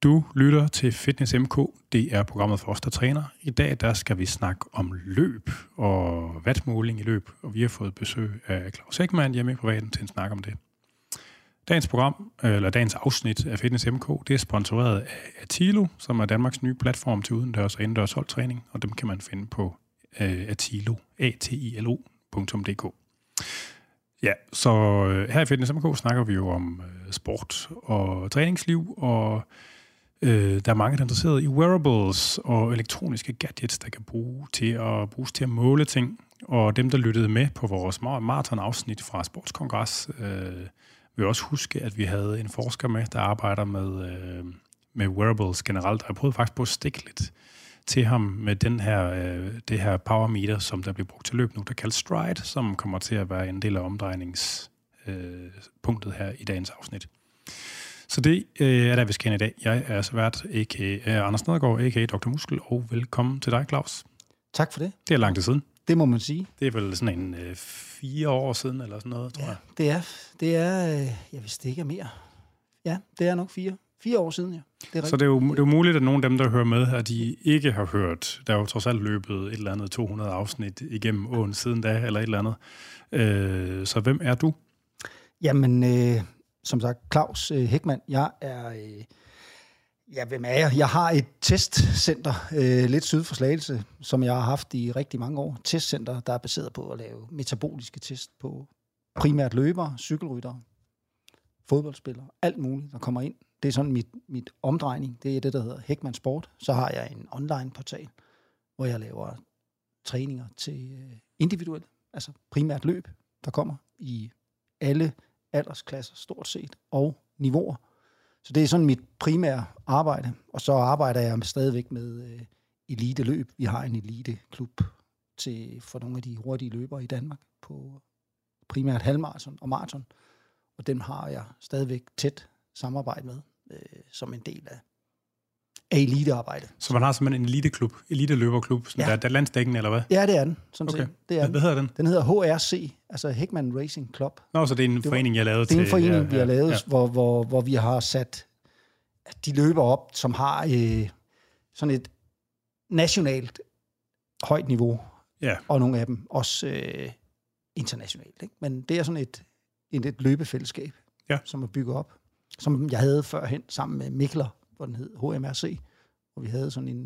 Du lytter til Fitness MK. Det er programmet for os, der træner. I dag der skal vi snakke om løb og wattmåling i løb. Og vi har fået besøg af Claus Heckmann hjemme i privaten til en snak om det. Dagens afsnit af Fitness MK, det er sponsoreret af Atilo, som er Danmarks nye platform til udendørs og indendørs holdtræning. Og dem kan man finde på atilo.dk. Ja, så her i Fitness MK snakker vi jo om sport og træningsliv, og der er mange, der er interesseret i wearables og elektroniske gadgets, der kan bruges til at måle ting. Og dem, der lyttede med på vores marathon-afsnit fra Sportskongres, vil også huske, at vi havde en forsker med, der arbejder med wearables generelt. Og jeg prøvede faktisk på at stikke lidt til ham med det her power meter, som der bliver brugt til løb nu, der kaldes Stride, som kommer til at være en del af omdrejningspunktet her i dagens afsnit. Så det er der, vi skal i dag. Jeg er så vært, Anders Nedergaard, a.k.a. Dr. Muskel, og velkommen til dig, Claus. Tak for det. Det er lang tid siden. Det må man sige. Det er vel sådan en 4 år siden, eller sådan noget, tror jeg. Det er, jeg vidste ikke mere. Ja, det er nok 4 år siden, ja. Så det er jo muligt, at nogle af dem, der hører med her, de ikke har hørt. Der er jo trods alt løbet et eller andet 200 afsnit igennem åen siden da, eller et eller andet. Så hvem er du? Jamen, som sagt, Claus Heckmann. Jeg er... hvem er jeg? Jeg har et testcenter lidt syd for Slagelse, som jeg har haft i rigtig mange år. Testcenter, der er baseret på at lave metaboliske test på primært løbere, cykelryttere, fodboldspillere, alt muligt, der kommer ind. Det er sådan mit omdrejning. Det er det, der hedder Heckmann Sport. Så har jeg en online-portal, hvor jeg laver træninger til individuelle, altså primært løb, der kommer i alle aldersklasser stort set, og niveauer. Så det er sådan mit primære arbejde. Og så arbejder jeg stadigvæk med elite-løb. Vi har en elite-klub for nogle af de hurtige løbere i Danmark på primært halvmarathon og marathon. Og dem har jeg stadigvæk tæt samarbejde med som en del af elitearbejde. Så man har simpelthen en eliteklub, eliteløberklub, der er landsdækkende, eller hvad? Ja, det er den. Okay. Hvad hedder den? Den hedder HRC, altså Heckmann Racing Club. Nå, så det er en forening, jeg lavede til... Det er en forening, vi har lavet, hvor vi har sat de løber op, som har sådan et nationalt højt niveau, og nogle af dem også internationalt. Ikke? Men det er sådan et løbefællesskab, som er bygget op, som jeg havde førhen sammen med Mikler, hvor den hed HMRC, hvor vi havde sådan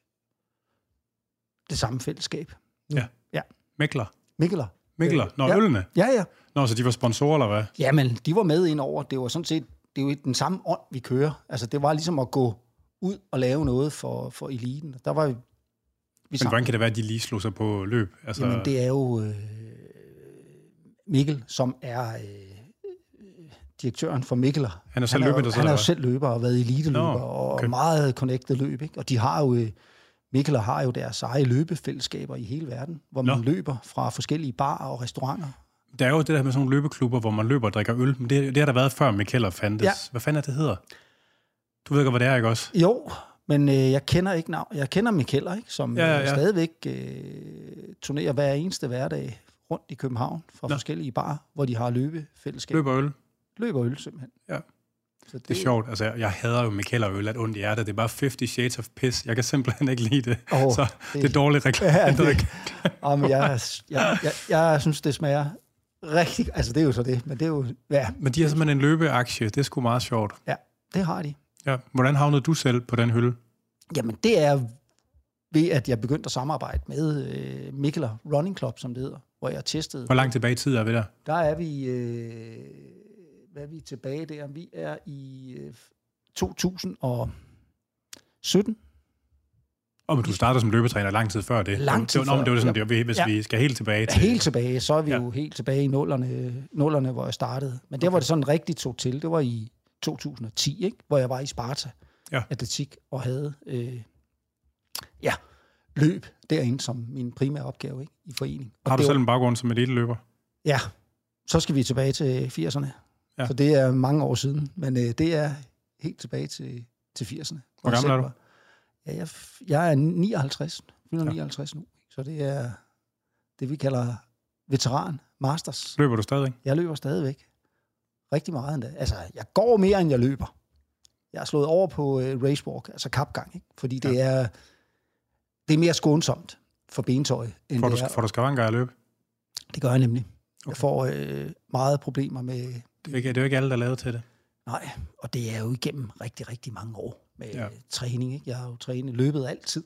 det samme fællesskab. Ja. Mikler. Nå, ja. Ølene? Ja. Nå, så de var sponsorer, eller hvad? Jamen, de var med ind over. Det var sådan set, det er jo den samme ånd, vi kører. Altså, det var ligesom at gå ud og lave noget for eliten. Der var vi Men hvordan kan det være, at de lige slog sig på løb? Altså... Jamen, det er jo Mikkel, som er direktøren for Mikler. Han er selv løber, han er jo selv løber og været eliteløber og meget connected løb. Ikke? Og de har jo... Mikler har jo deres eget løbefællesskaber i hele verden, hvor man løber fra forskellige barer og restauranter. Der er jo det der med sådan nogle løbeklubber, hvor man løber og drikker øl, men det har der været før Mikkeller fandtes. Ja. Hvad fanden er det hedder? Du ved ikke, hvad det er, ikke også? Jo, men jeg kender ikke navn. Jeg kender Mikkeller, ikke, som stadigvæk turnerer hver eneste hverdag rundt i København fra forskellige barer, hvor de har løbefællesskaber. Løber øl, simpelthen. Ja. Det er sjovt. Altså, jeg hader jo Mikkeller-øl af et ondt hjerte. Det er bare 50 Shades of Piss. Jeg kan simpelthen ikke lide det. Så det er dårligt reklame. Jeg synes, det smager rigtig... Altså, det er jo så det, men det er jo... Ja. Men de har simpelthen en løbeaktie. Det er sgu meget sjovt. Ja, det har de. Ja. Hvordan havnede du selv på den hylde? Jamen, det er ved, at jeg begyndte at samarbejde med Mikkeller Running Club, som det hedder, hvor jeg testede... Hvor langt tilbage i tid er vi der? Der er vi... Hvad er vi tilbage der? Vi er i 2017. Men du startede som løbetræner lang tid før det. Lang tid før. Det var sådan, hvis vi skal helt tilbage til... Helt tilbage, så er vi jo helt tilbage i nullerne, hvor jeg startede. Men der var det sådan rigtig tog til. Det var i 2010, ikke? Hvor jeg var i Sparta Atletik og havde løb derinde som min primære opgave, ikke? I forening. Har du selv en baggrund som eliteløber? Ja, så skal vi tilbage til 80'erne. Ja. Så det er mange år siden, men det er helt tilbage til 80'erne. Hvor gammel er du? Ja, jeg er 59, 59 nu. Så det er det, vi kalder veteran, masters. Løber du stadigvæk? Jeg løber stadigvæk. Rigtig meget endda. Altså, jeg går mere, end jeg løber. Jeg har slået over på racewalk, altså kapgang, ikke? Fordi det er mere skånsomt for bentøj. Får du skavanker at løbe? Det gør jeg nemlig. Okay. Jeg får meget problemer med... Det er jo ikke alle, der er lavet til det. Nej, og det er jo igennem rigtig, rigtig mange år med træning. Ikke? Jeg har jo løbet altid,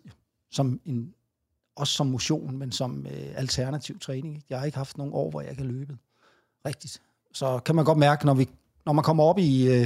også som motion, men som alternativ træning. Ikke? Jeg har ikke haft nogen år, hvor jeg kan løbe rigtigt. Så kan man godt mærke, når man kommer op i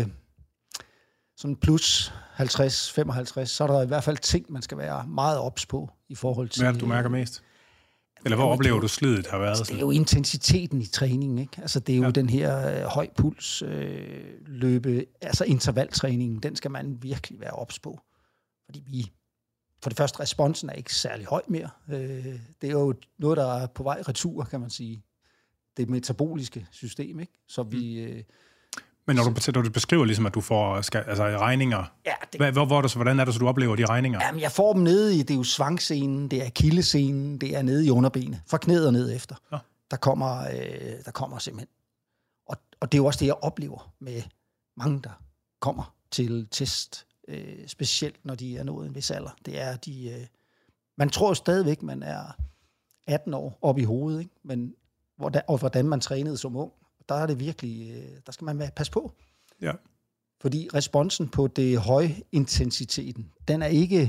sådan plus 50-55, så er der i hvert fald ting, man skal være meget ops på i forhold til... Hvad er det, du mærker mest? Eller hvor oplever du slidet har været? Det er jo intensiteten i træningen, ikke? Altså det er jo den her høj puls løbe, altså intervaltræningen, den skal man virkelig være ops på. Fordi for det første, responsen er ikke særlig høj mere. Det er jo noget, der er på vej retur, kan man sige. Det metaboliske system, ikke? Så vi... Men når du beskriver ligesom, at du får regninger, hvordan er det så, du oplever de regninger? Jamen, jeg får dem nede i, det er jo svangscenen, det er akillescenen, det er nede i underbenet, fra knæet og ned efter. Ja. Der kommer simpelthen. Og det er jo også det, jeg oplever med mange, der kommer til test, specielt når de er nået en vis alder. Det er, man tror jo stadigvæk, man er 18 år op i hovedet, ikke? Men hvordan man trænede som ung. Der er det virkelig, der skal man passe på. Ja. Fordi responsen på det høje intensiteten, den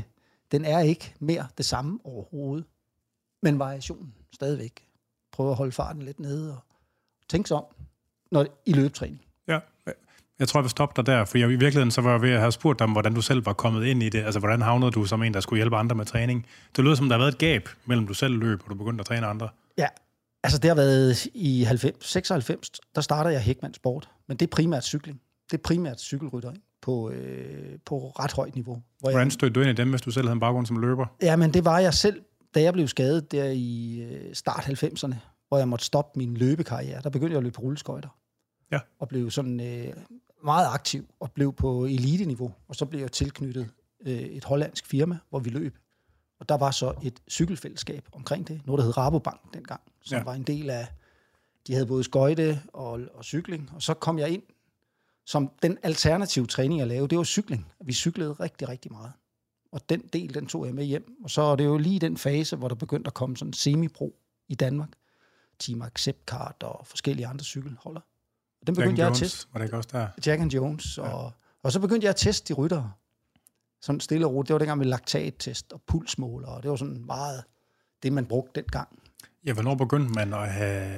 er ikke mere det samme overhovedet. Men variationen stadigvæk. Prøv at holde farten lidt nede og tænke sig om i løbetræning. Ja, jeg tror, jeg vil stoppe dig der, for i virkeligheden så var jeg ved at have spurgt dig, hvordan du selv var kommet ind i det. Altså, hvordan havnede du som en, der skulle hjælpe andre med træning? Det lyder som, der har været et gab mellem du selv løb, og du begyndte at træne andre. Ja. Altså, det har været i 96, der starter jeg Heckman Sport, men det er primært cykling. Det er primært cykelrytter, ikke? På ret højt niveau. Hvordan stødte du ind i dem, hvis du selv havde en baggrund som løber? Ja, men det var jeg selv, da jeg blev skadet der i start 90'erne, hvor jeg måtte stoppe min løbekarriere. Der begyndte jeg at løbe på rulleskøjter. Ja. Og blev sådan meget aktiv, og blev på elite-niveau. Og så blev jeg tilknyttet et hollandsk firma, hvor vi løb. Og der var så et cykelfællesskab omkring det. Noget, der hed Rabobank dengang, som var en del af... De havde både skøjte og cykling. Og så kom jeg ind som den alternative træning, jeg lavede. Det var cykling. Vi cyklede rigtig, rigtig meget. Og den del, den tog jeg med hjem. Og så er det jo lige den fase, hvor der begyndte at komme sådan semi-pro i Danmark. Team Accept Card og forskellige andre cykelholder. Og den begyndte jeg at teste. Var det ikke også der? Jack and Jones. Og så begyndte jeg at teste de ryttere. Sådan stille og roligt. Det var dengang med laktattest og pulsmåler, og det var sådan meget det, man brugte dengang. Ja, hvornår begyndte man at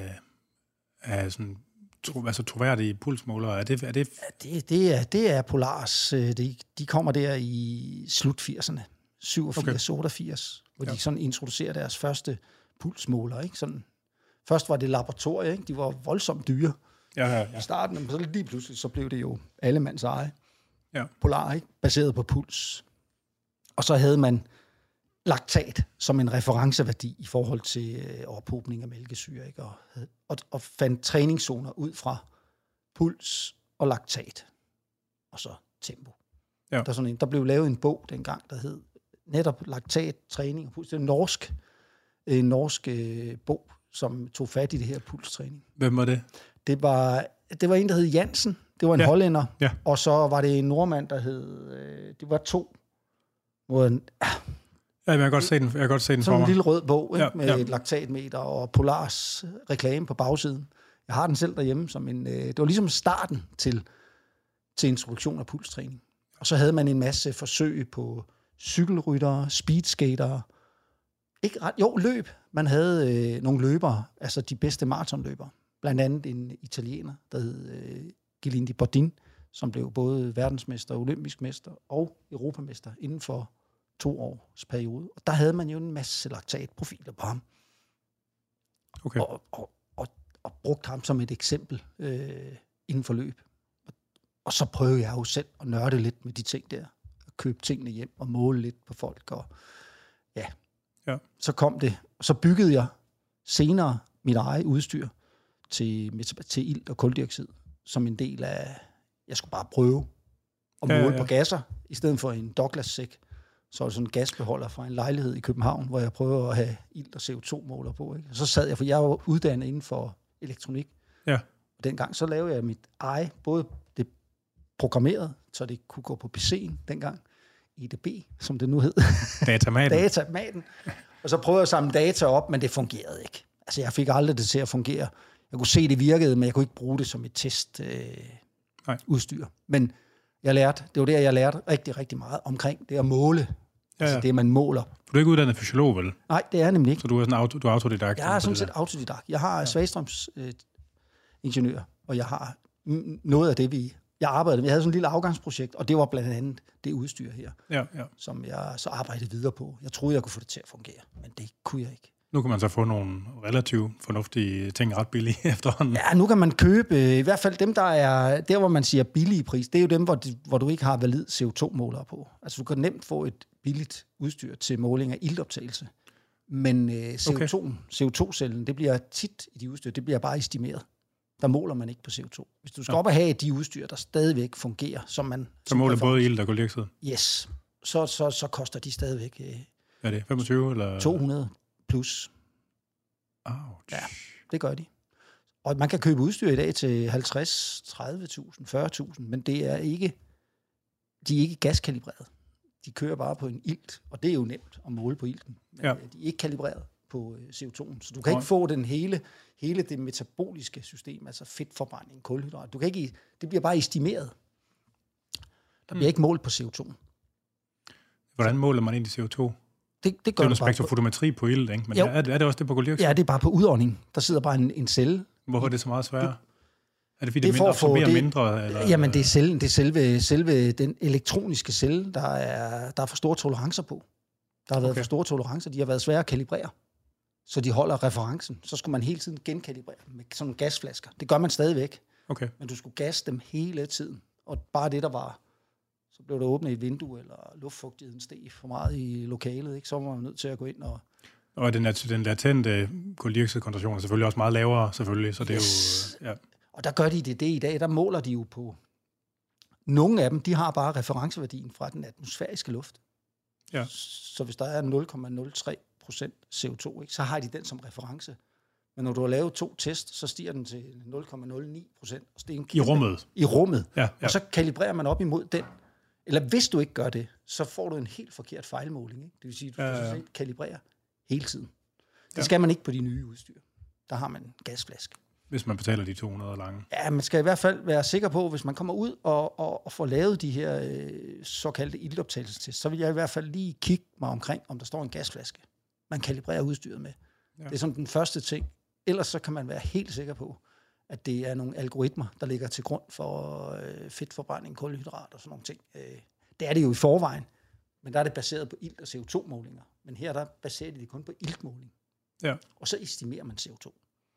have sådan troværdige pulsmålere? Er det? Det er Polaris. De kommer der i slut 80'erne. 87, 88, hvor de sådan introducerer deres første pulsmåler. Ikke? Sådan, først var det laboratorier, ikke? De var voldsomt dyre i starten, men så lige pludselig så blev det jo allemands eje. Ja. Polar, ikke? Baseret på puls. Og så havde man laktat som en referenceværdi i forhold til ophobning af mælkesyre, ikke? Og fandt træningszoner ud fra puls og laktat. Og så tempo. Ja. Der blev lavet en bog dengang, der hed netop laktat, træning og puls. Det er en norsk bog, som tog fat i det her pulstræning. Hvem var det? Det var en, der hed Jansen. Det var en hollænder. Ja. Og så var det en nordmand, der hed... det var to. Jeg kan godt se den for mig. Sådan en lille rød bog, ikke? Med et laktatmeter og Polars reklame på bagsiden. Jeg har den selv derhjemme som en... det var ligesom starten til introduktion af pulstræning. Og så havde man en masse forsøg på cykelryttere, speedskatere. Løb. Man havde nogle løbere, altså de bedste maratonløbere. Blandt andet en italiener, der hed Gilindi Bordin, som blev både verdensmester, olympisk mester og europamester inden for 2 års periode. Og der havde man jo en masse laktatprofiler på ham. Okay. Og brugte ham som et eksempel inden for løb. Og så prøvede jeg jo selv at nørde lidt med de ting der. At købe tingene hjem og måle lidt på folk. Og ja. Så kom det. Og så byggede jeg senere mit eget udstyr til ilt og kuldioxid som en del af... Jeg skulle bare prøve at måle på gasser, i stedet for en Douglas-sæk. Så var det sådan en gasbeholder fra en lejlighed i København, hvor jeg prøvede at have ilt og CO2-måler på. Ikke? Og så sad jeg, for jeg var uddannet inden for elektronik. Ja. Og dengang så lavede jeg mit eget, både det programmeret, så det kunne gå på PC'en dengang. EDB, som det nu hed. Datamaten. Datamaten. Og så prøvede jeg at samle data op, men det fungerede ikke. Altså, jeg fik aldrig det til at fungere. Jeg kunne se, det virkede, men jeg kunne ikke bruge det som et testudstyr. Men det var der, jeg lærte rigtig, rigtig meget omkring det at måle. Ja. Altså det, man måler. Du er ikke uddannet fysiolog, vel? Nej, det er nemlig ikke. Så du er sådan du er autodidakt? Jeg er sådan set autodidakt. Jeg har svagstrømsingeniør, og jeg har noget af det, jeg arbejdede med. Jeg havde sådan et lille afgangsprojekt, og det var blandt andet det udstyr her, som jeg så arbejdede videre på. Jeg troede, jeg kunne få det til at fungere, men det kunne jeg ikke. Nu kan man så få nogle relativt fornuftige ting ret billige efterhånden. Ja, nu kan man købe, i hvert fald dem, der hvor man siger billige pris, det er jo dem, hvor du ikke har valid CO2-målere på. Altså du kan nemt få et billigt udstyr til måling af iltoptagelse. Men CO2-cellen, det bliver tit i de udstyr, det bliver bare estimeret. Der måler man ikke på CO2. Hvis du skal op og have de udstyr, der stadigvæk fungerer, som man... Så måler både ilt og koldioxid? Yes. Så koster de stadigvæk... Er det 25 eller... 200 plus. Ouch. Ja, det gør de. Og man kan købe udstyr i dag til 50, 30.000, 40.000, men de er ikke gaskalibreret. De kører bare på en ilt, og det er jo nemt at måle på ilten. Men de er ikke kalibreret på CO2'en, så du kan ikke få den hele det metaboliske system, altså fedtforbrænding, kulhydrat. Du kan ikke, det bliver bare estimeret. Der bliver ikke målt på CO2. Hvordan måler man egentlig CO2? Det gør det er jo spektrofotometri på ilt, ikke? Men er det også det på koldioxid? Ja, det er bare på udånding. Der sidder bare en celle. Hvorfor er det så meget sværere? Er det fordi, det absorberer mindre? Eller? Jamen, det er selve den elektroniske celle, der er for store tolerancer på. Der har været for store tolerancer. De har været svære at kalibrere. Så de holder referencen. Så skulle man hele tiden genkalibrere med sådan nogle gasflasker. Det gør man stadigvæk. Okay. Men du skulle gasse dem hele tiden. Og bare det, der var... Så blev der åbnet et vindue, eller luftfugtigheden steg for meget i lokalet. Ikke? Så var man nødt til at gå ind og... Og den latente koldioxidkoncentration er selvfølgelig også meget lavere, selvfølgelig. Så det er jo... Ja. Og der gør de det i dag. Der måler de jo på... Nogle af dem, de har bare referenceværdien fra den atmosfæriske luft. Ja. Så hvis der er 0,03% CO2, ikke, så har de den som reference. Men når du har lavet 2 test, så stiger den til 0,09%. I rummet? I rummet. Ja. Og så kalibrerer man op imod den. Eller hvis du ikke gør det, så får du en helt forkert fejlmåling. Ikke? Det vil sige, at du skal kalibrere hele tiden. Det skal man ikke på de nye udstyr. Der har man en gasflaske. Hvis man betaler de 200 lange. Ja, man skal i hvert fald være sikker på, hvis man kommer ud og får lavet de her såkaldte iltoptagelsestest, så vil jeg i hvert fald lige kigge mig omkring, om der står en gasflaske, man kalibrerer udstyret med. Ja. Det er sådan den første ting. Ellers så kan man være helt sikker på, at det er nogle algoritmer, der ligger til grund for fedtforbrænding, kulhydrat og sådan nogle ting. Det er det jo i forvejen, men der er det baseret på ilt- og CO2-målinger. Men her der baserer de det kun på iltmåling. Ja. Og så estimerer man CO2.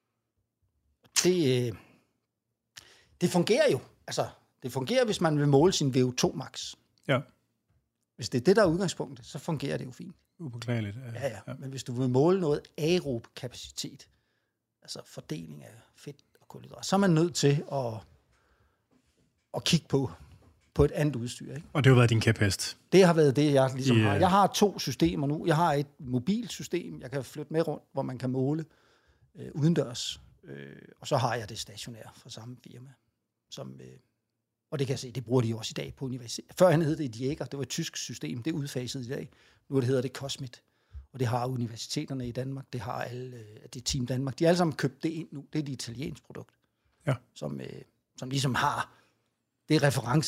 Det fungerer jo. Altså, det fungerer, hvis man vil måle sin VO2 max. Ja. Hvis det er det, der er udgangspunktet, så fungerer det jo fint. Upåklageligt. Ja. Men hvis du vil måle noget aerob kapacitet, altså fordeling af fedt og kulhydrat, så er man nødt til at kigge på et andet udstyr. Ikke? Og det har været din kæphest? Det har været det, jeg ligesom har. Jeg har 2 systemer nu. Jeg har et mobilt system, jeg kan flytte med rundt, hvor man kan måle udendørs. Og så har jeg det stationære fra samme firma. Og det kan jeg se, det bruger de også i dag på universitetet. Førhen hed det Jäger, det var et tysk system, det er udfaset i dag. Nu hedder det Cosmit. Og det har universiteterne i Danmark, det har alle, det er Team Danmark. De har alle sammen købt det ind nu. Det er et italiensk produkt, som ligesom har det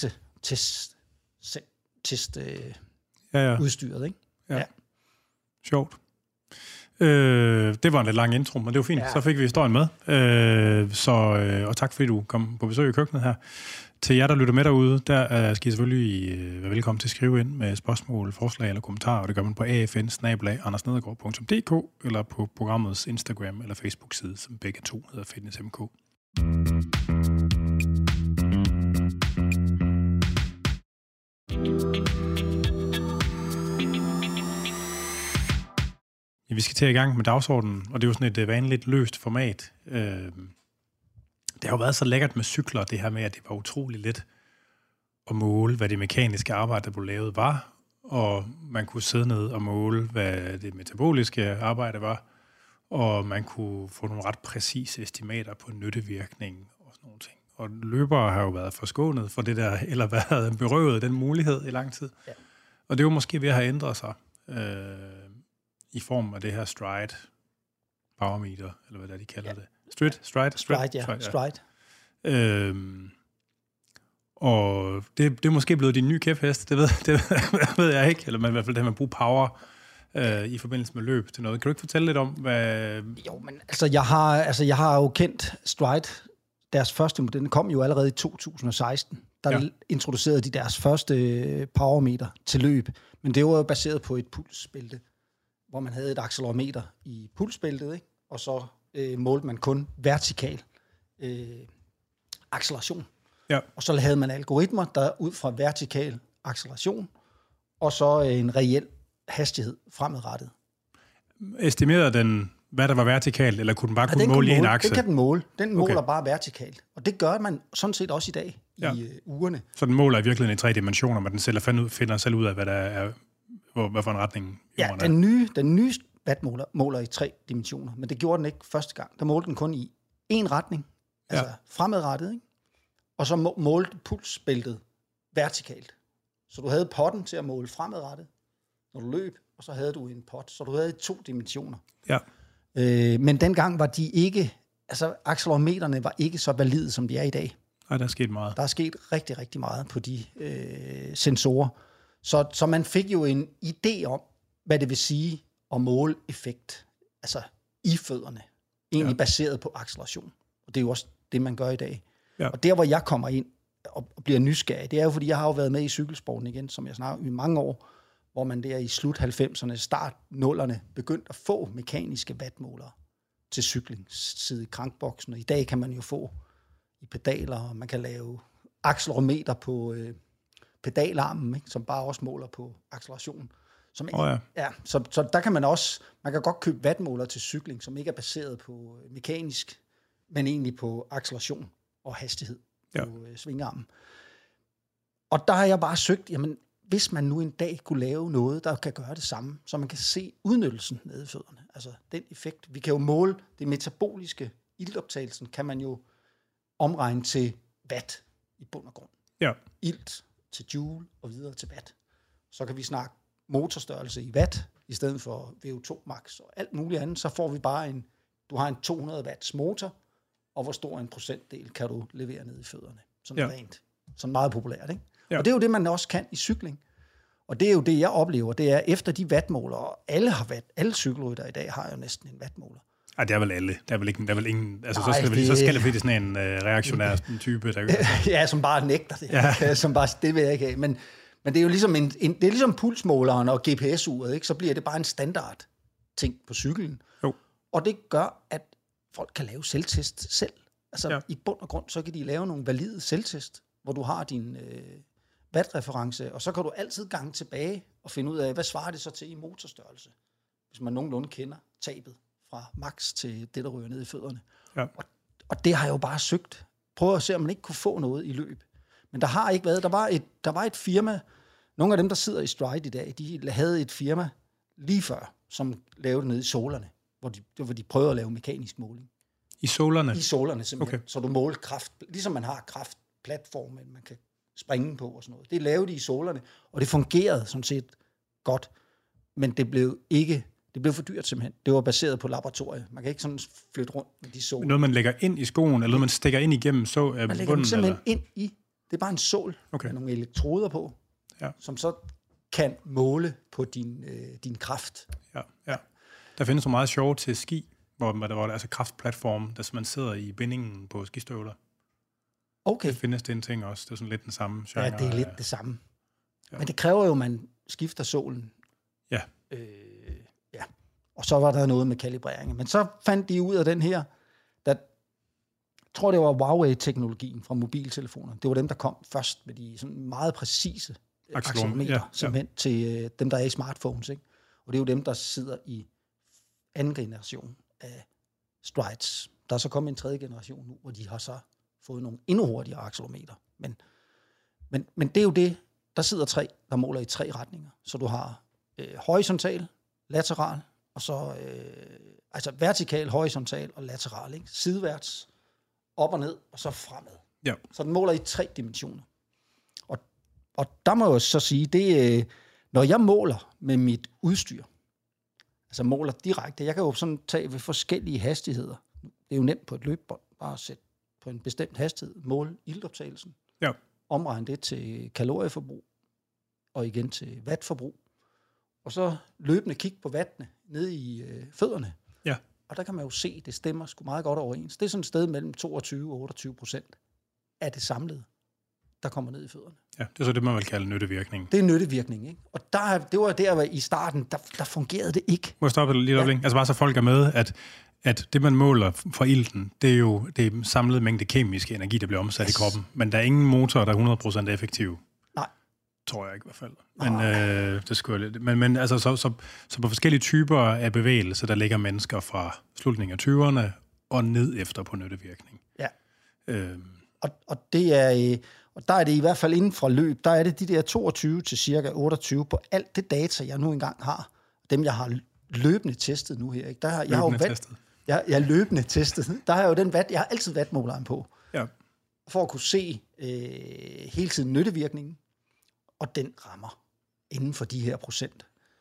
reference-test-udstyret. Ikke? Ja. Sjovt. Det var en lidt lang intro, men det var fint. Ja. Så fik vi historien med. Og tak fordi du kom på besøg i køkkenet her. Til jer, der lytter med derude, der skal I selvfølgelig være velkommen til at skrive ind med spørgsmål, forslag eller kommentarer, og det gør man på afn@andersnedergaard.dk eller på programmets Instagram eller Facebook-side, som begge to hedder Fitness MK. Ja, vi skal til i gang med dagsordenen, og det er jo sådan et vanligt løst format. Det har jo været så lækkert med cykler, det her med, at det var utrolig let at måle, hvad det mekaniske arbejde, der blev lavet, var, og man kunne sidde ned og måle, hvad det metaboliske arbejde var, og man kunne få nogle ret præcise estimater på nyttevirkning og sådan nogle ting. og løbere har jo været forskånet for det der, eller været berøvet den mulighed i lang tid. Ja. Og det er jo måske ved at have ændret sig i form af det her stride powermeter, eller hvad der de kalder det. Stride. Og det er måske blevet din nye kæphest, det ved jeg ikke, eller i hvert fald det, man bruger power i forbindelse med løb til noget. Kan du ikke fortælle lidt om, hvad... Jo, men jeg har jo kendt Stride. Deres første model, den kom jo allerede i 2016. Der introducerede de deres første powermeter til løb. Men det var jo baseret på et pulsbælte, hvor man havde et accelerometer i pulsbæltet, ikke? Og så målte man kun vertikal acceleration. Ja. Og så havde man algoritmer, der ud fra vertikal acceleration, og så en reel hastighed fremadrettet. Estimerede den, hvad der var vertikalt, eller kunne den bare måle i en akse? Den kan den måle. Den måler bare vertikalt. Og det gør man sådan set også i dag i ugerne. Så den måler i virkeligheden i 3 dimensioner, men den selv finder selv ud af, hvad der er, hvad for en retning jorden er. Den nye wattmåler måler i 3 dimensioner, men det gjorde den ikke første gang. Der målte den kun i én retning, altså fremadrettet, ikke? Og så målte pulsbæltet vertikalt. Så du havde potten til at måle fremadrettet, når du løb, og så havde du en pot, så du havde 2 dimensioner. Ja. Men dengang var de ikke, altså accelerometerne var ikke så valide, som de er i dag. Nej, der er sket meget. Der er sket rigtig, rigtig meget på de sensorer. Så man fik jo en idé om, hvad det vil sige at måle effekt, altså i fødderne, egentlig baseret på acceleration. Og det er jo også det, man gør i dag. Ja. Og der, hvor jeg kommer ind og bliver nysgerrig, det er jo, fordi jeg har jo været med i cykelsporten igen, som jeg snakker i mange år, hvor man der i slut 90'erne, start 0'erne, begyndte at få mekaniske wattmålere til cykling, sidde i krankboksen. Og i dag kan man jo få i pedaler, og man kan lave accelerometer på pedalarmen, ikke? Som bare også måler på acceleration. Så der kan man også, man kan godt købe wattmåler til cykling, som ikke er baseret på mekanisk, men egentlig på acceleration og hastighed på svingarmen. Og der har jeg bare søgt, jamen, hvis man nu en dag kunne lave noget, der kan gøre det samme, så man kan se udnyttelsen nede i fødderne, altså den effekt. Vi kan jo måle det metaboliske, iltoptagelsen kan man jo omregne til watt i bund og grund. Ja. Ilt til joule og videre til watt. Så kan vi snakke motorstørrelse i watt, i stedet for VO2 max og alt muligt andet, så får vi bare du har en 200 watts motor, og hvor stor en procentdel kan du levere ned i fødderne. Sådan rent. Sådan meget populært, ikke? Ja. Og det er jo det, man også kan i cykling. Og det er jo det, jeg oplever, det er efter de wattmålere, og alle cykelryttere i dag har jo næsten en wattmåler. Ej, det er vel alle. Der er vel ingen, altså så skal det fordi sådan en reaktionær type, der som bare nægter det. Ja. Som bare, det vil jeg ikke have. Men det er jo ligesom det er ligesom pulsmåleren og GPS-uret, ikke? Så bliver det bare en standard ting på cyklen. Jo. Og det gør, at folk kan lave selvtest selv. Altså i bund og grund, så kan de lave nogle valide selvtest, hvor du har din wattreference, og så kan du altid gange tilbage og finde ud af, hvad svarer det så til i motorstørrelse, hvis man nogenlunde kender tabet fra max til det, der ryger ned i fødderne. Ja. Og det har jeg jo bare søgt. Prøv at se, om man ikke kunne få noget i løb. Men der har ikke været. Der var et firma, nogle af dem, der sidder i Stride i dag, de havde et firma lige før, som lavede det nede i solerne, hvor de prøvede at lave mekanisk måling. I solerne? I solerne, simpelthen. Okay. Så du måler kraft, ligesom man har kraftplatformen, man kan springe på og sådan noget. Det lavede de i solerne, og det fungerede sådan set godt, men det blev for dyrt simpelthen. Det var baseret på laboratoriet. Man kan ikke sådan flytte rundt med de såler. Noget, man lægger ind i skoen, eller noget, man stikker ind igennem man lægger dem simpelthen ind i. Det er bare en sål med nogle elektroder på, som så kan måle på din kraft. Ja. Der findes så meget sjovt til ski, hvor der er altså kraftplatform, der man sidder i bindingen på skistøvler. Okay. Det findes det en ting også. Det er sådan lidt den samme genre. Ja, det er lidt det samme. Ja. Men det kræver jo, at man skifter sålen. Ja. Og så var der noget med kalibrering. Men så fandt de ud af den her, jeg tror, det var Huawei-teknologien fra mobiltelefoner. Det var dem, der kom først med de sådan meget præcise accelerometer, simpelthen til dem, der er i smartphones. Ikke? Og det er jo dem, der sidder i anden generation af Strides. Der er så kommet en tredje generation nu, hvor de har så fået nogle endnu hurtigere accelerometer. Men det er jo det, der sidder 3, der måler i 3 retninger. Så du har horisontal, lateral, og så altså vertikal, horisontal og lateral. Ikke? Sideværts, op og ned, og så fremad. Ja. Så den måler i 3 dimensioner. Og der må jeg så sige, det når jeg måler med mit udstyr, altså måler direkte, jeg kan jo sådan tage ved forskellige hastigheder. Det er jo nemt på et løbebånd, bare at sætte på en bestemt hastighed, måle iltoptagelsen, omregne det til kalorieforbrug, og igen til wattforbrug, og så løbende kigge på wattene nede i fødderne. Ja. Og der kan man jo se, det stemmer sgu meget godt overens. Det er sådan et sted mellem 22 og 28% af det samlede, der kommer ned i fødderne. Ja, det er så det, man vil kalde nyttevirkning. Det er nyttevirkning, ikke? Og det var der i starten, der fungerede det ikke. Må jeg stoppe lidt øjeblik? Altså bare så folk er med, at det, man måler fra ilten, det er jo det samlede mængde kemiske energi, der bliver omsat i kroppen. Men der er ingen motor, der er 100% effektiv. Nej. Tror jeg ikke i hvert fald. Men det skulle jeg lidt. Men altså, så på forskellige typer af bevægelser, der ligger mennesker fra slutningen af 20'erne og ned efter på nyttevirkning. Ja. Og det er... Og der er det i hvert fald inden fra løb, der er det de der 22 til cirka 28 på alt det data, jeg nu engang har. Dem, jeg har løbende testet nu her. Ikke? Der har, jeg har jo testet? Jeg er løbende testet. Der har jeg jo den watt, jeg har altid wattmåleren på. Ja. For at kunne se hele tiden nyttevirkningen, og den rammer inden for de her procent.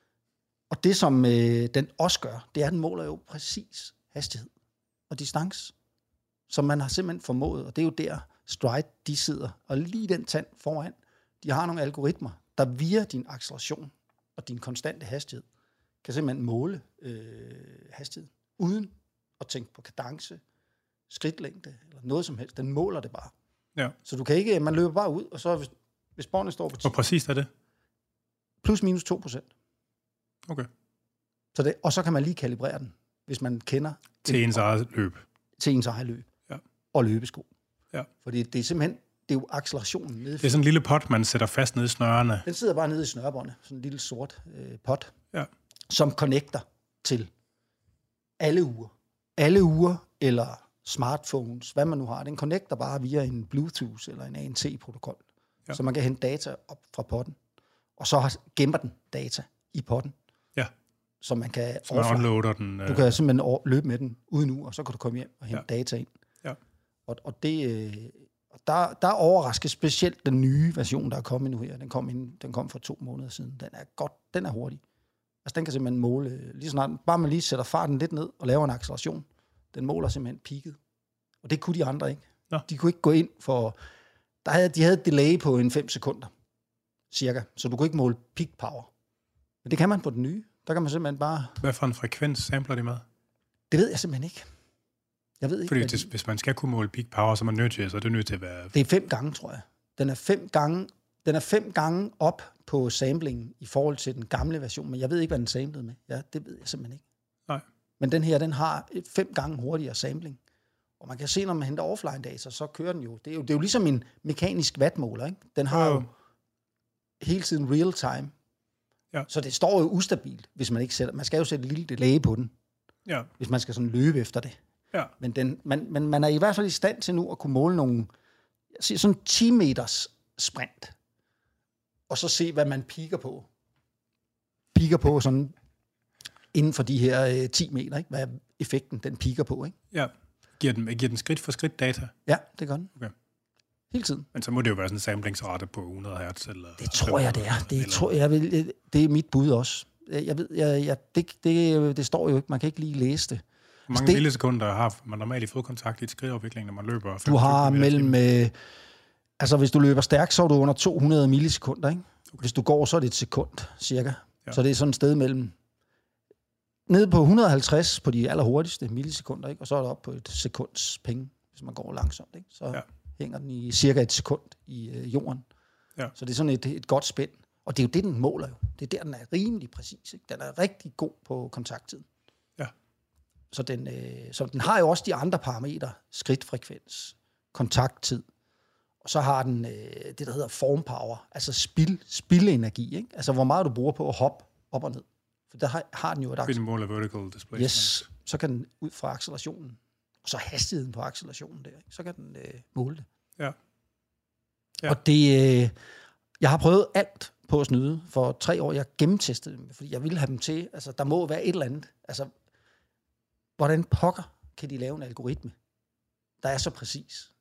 Og det, som den også gør, det er, at den måler jo præcis hastighed og distance, som man har simpelthen formået, og det er jo der, Stride, de sidder, og lige den tand foran, de har nogle algoritmer, der via din acceleration og din konstante hastighed, kan simpelthen måle hastigheden, uden at tænke på kadence, skridtlængde, eller noget som helst. Den måler det bare. Ja. Så du kan ikke, man løber bare ud, og så hvis båndet står på 10. Hvor præcist er det? Plus minus 2%. Okay. Og så kan man lige kalibrere den, hvis man kender... Til ens eget løb. Til ens eget løb. Ja. Og løbesko. Ja. Fordi det er simpelthen, det er jo accelerationen nede. Det er sådan en lille pot, man sætter fast nede i snørene. Den sidder bare nede i snørebåndet. Sådan en lille sort pot. Ja. Som connecter til alle uger. Alle uger, eller smartphones, hvad man nu har. Den connecter bare via en Bluetooth eller en ANC-protokol. Ja. Så man kan hente data op fra potten. Og så gemmer den data i potten. Ja. Så man kan... Så man unloader den. Du kan simpelthen løbe med den uden uger, og så kan du komme hjem og hente data ind. Ja. Og det... Der overrasker specielt den nye version, der er kommet nu her. Den kom for 2 måneder siden. Den er hurtig. Altså, den kan simpelthen måle, lige snart, bare man lige sætter farten lidt ned og laver en acceleration, den måler simpelthen peaket. Og det kunne de andre ikke. Nå. De kunne ikke gå ind for... De havde et delay på en 5 sekunder, cirka. Så du kunne ikke måle peak power. Men det kan man på den nye. Der kan man simpelthen bare... Hvad for en frekvens sampler de med? Det ved jeg simpelthen ikke. Jeg ved ikke, fordi hvis man skal kunne måle peak power, så er man nødt til, så er det nødt til at være... Det er 5 gange, tror jeg. Den er 5 gange op på samplingen i forhold til den gamle version, men jeg ved ikke, hvad den samlede med. Ja, det ved jeg simpelthen ikke. Nej. Men den her, den har 5 gange hurtigere sampling. Og man kan se, når man henter offline data, så kører den jo. Det er jo ligesom en mekanisk wattmåler, ikke? Den har jo hele tiden real time. Ja. Så det står jo ustabilt, hvis man ikke sætter... Man skal jo sætte et lille delay på den, hvis man skal sådan løbe efter det. Ja. Men man er i hvert fald i stand til nu at kunne måle nogle, sådan 10 meters sprint, og så se, hvad man piker på. Piker på sådan inden for de her 10 meter, ikke? Hvad effekten den piker på, ikke? Ja. Giver den skridt for skridt data? Ja, det gør den. Okay. Hele tiden. Men så må det jo være sådan en samplingsrate på 100 Hz eller... Det tror jeg, det er. Det er mit bud også. Jeg ved, det står jo ikke. Man kan ikke lige læse det. Hvor mange millisekunder har man normalt i fodkontakt i et skridtafvikling, når man løber? Du har mellem... altså, hvis du løber stærkt, så er du under 200 millisekunder, ikke? Okay. Hvis du går, så er det et sekund, cirka. Ja. Så det er sådan et sted mellem... Nede på 150 på de allerhurtigste millisekunder, ikke? Og så er det op på et sekunds penge, hvis man går langsomt, ikke? Så hænger den i cirka et sekund i jorden. Ja. Så det er sådan et godt spænd. Og det er jo det, den måler jo. Det er der, den er rimelig præcis, ikke? Den er rigtig god på kontakttid. Så den har jo også de andre parametre, skridtfrekvens, kontakttid, og så har den det, der hedder form power, altså spildenergi, ikke? Altså hvor meget du bruger på at hoppe op og ned. For der har den jo et acceleration. Vertical displacement. Yes, så kan den ud fra accelerationen, og så hastigheden på accelerationen der, ikke? Så kan den måle det. Ja. Og det, jeg har prøvet alt på at snyde for 3 år. Jeg gennemtestede dem, fordi jeg ville have dem til, altså der må være et eller andet, altså hvordan pokker kan de lave en algoritme, der er så præcis?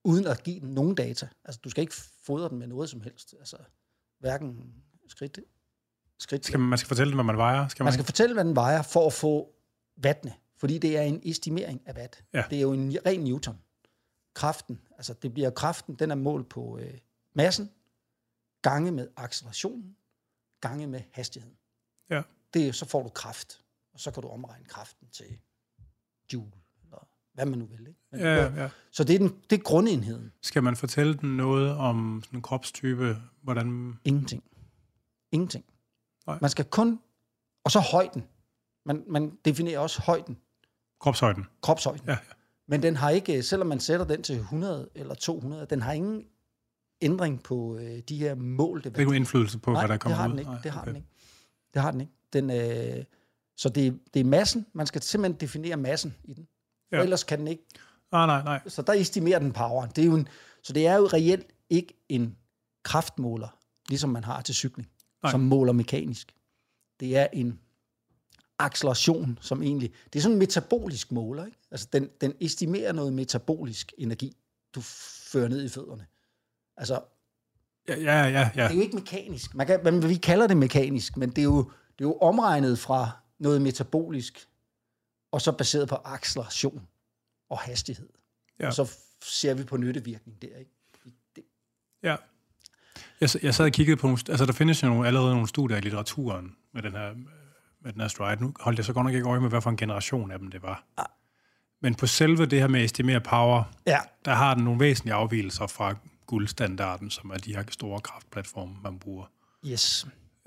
uden at give den nogen data. Altså, du skal ikke fodre den med noget som helst. Altså, hverken skridt. Man skal fortælle den, hvad man vejer? Man skal fortælle, hvad den vejer, for at få wattene. Fordi det er en estimering af watt. Ja. Det er jo en ren Newton. Kraften, altså det bliver kraften, den er målt på massen, gange med accelerationen, gange med hastigheden. Ja. Så får du kraft, og så kan du omregne kraften til joule, eller hvad man nu vil. Ikke? Men, ja. Så det er grundenheden. Skal man fortælle den noget om sådan en kropstype? Hvordan? Ingenting. Nej. Man skal kun... Og så højden. Man definerer også højden. Kropshøjden. Ja. Men den har ikke, selvom man sætter den til 100 eller 200, den har ingen ændring på de her målte værdier. Det er ikke indflydelse på, hvad der kommer ud? Det har den ikke. Så det er massen. Man skal simpelthen definere massen i den. Ja. Ellers kan den ikke... Nej. Så der estimerer den poweren. Så det er jo reelt ikke en kraftmåler, ligesom man har til cykling, som måler mekanisk. Det er en acceleration, som egentlig... Det er sådan en metabolisk måler, ikke? Altså, den estimerer noget metabolisk energi, du fører ned i fødderne. Altså... Ja. Det er jo ikke mekanisk. Vi kalder det mekanisk, men det er jo omregnet fra noget metabolisk, og så baseret på acceleration og hastighed. Ja. Og så ser vi på nyttevirkning der, ikke? Ja. Jeg sad og kiggede på... Altså, der findes jo allerede nogle studier i litteraturen med den her stride. Nu holdt jeg så godt nok ikke øje med, hvad for en generation af dem det var. Ja. Men på selve det her med at estimere power, der har den nogle væsentlige afvigelser fra guldstandarden, som er de her store kraftplatforme, man bruger. Yes.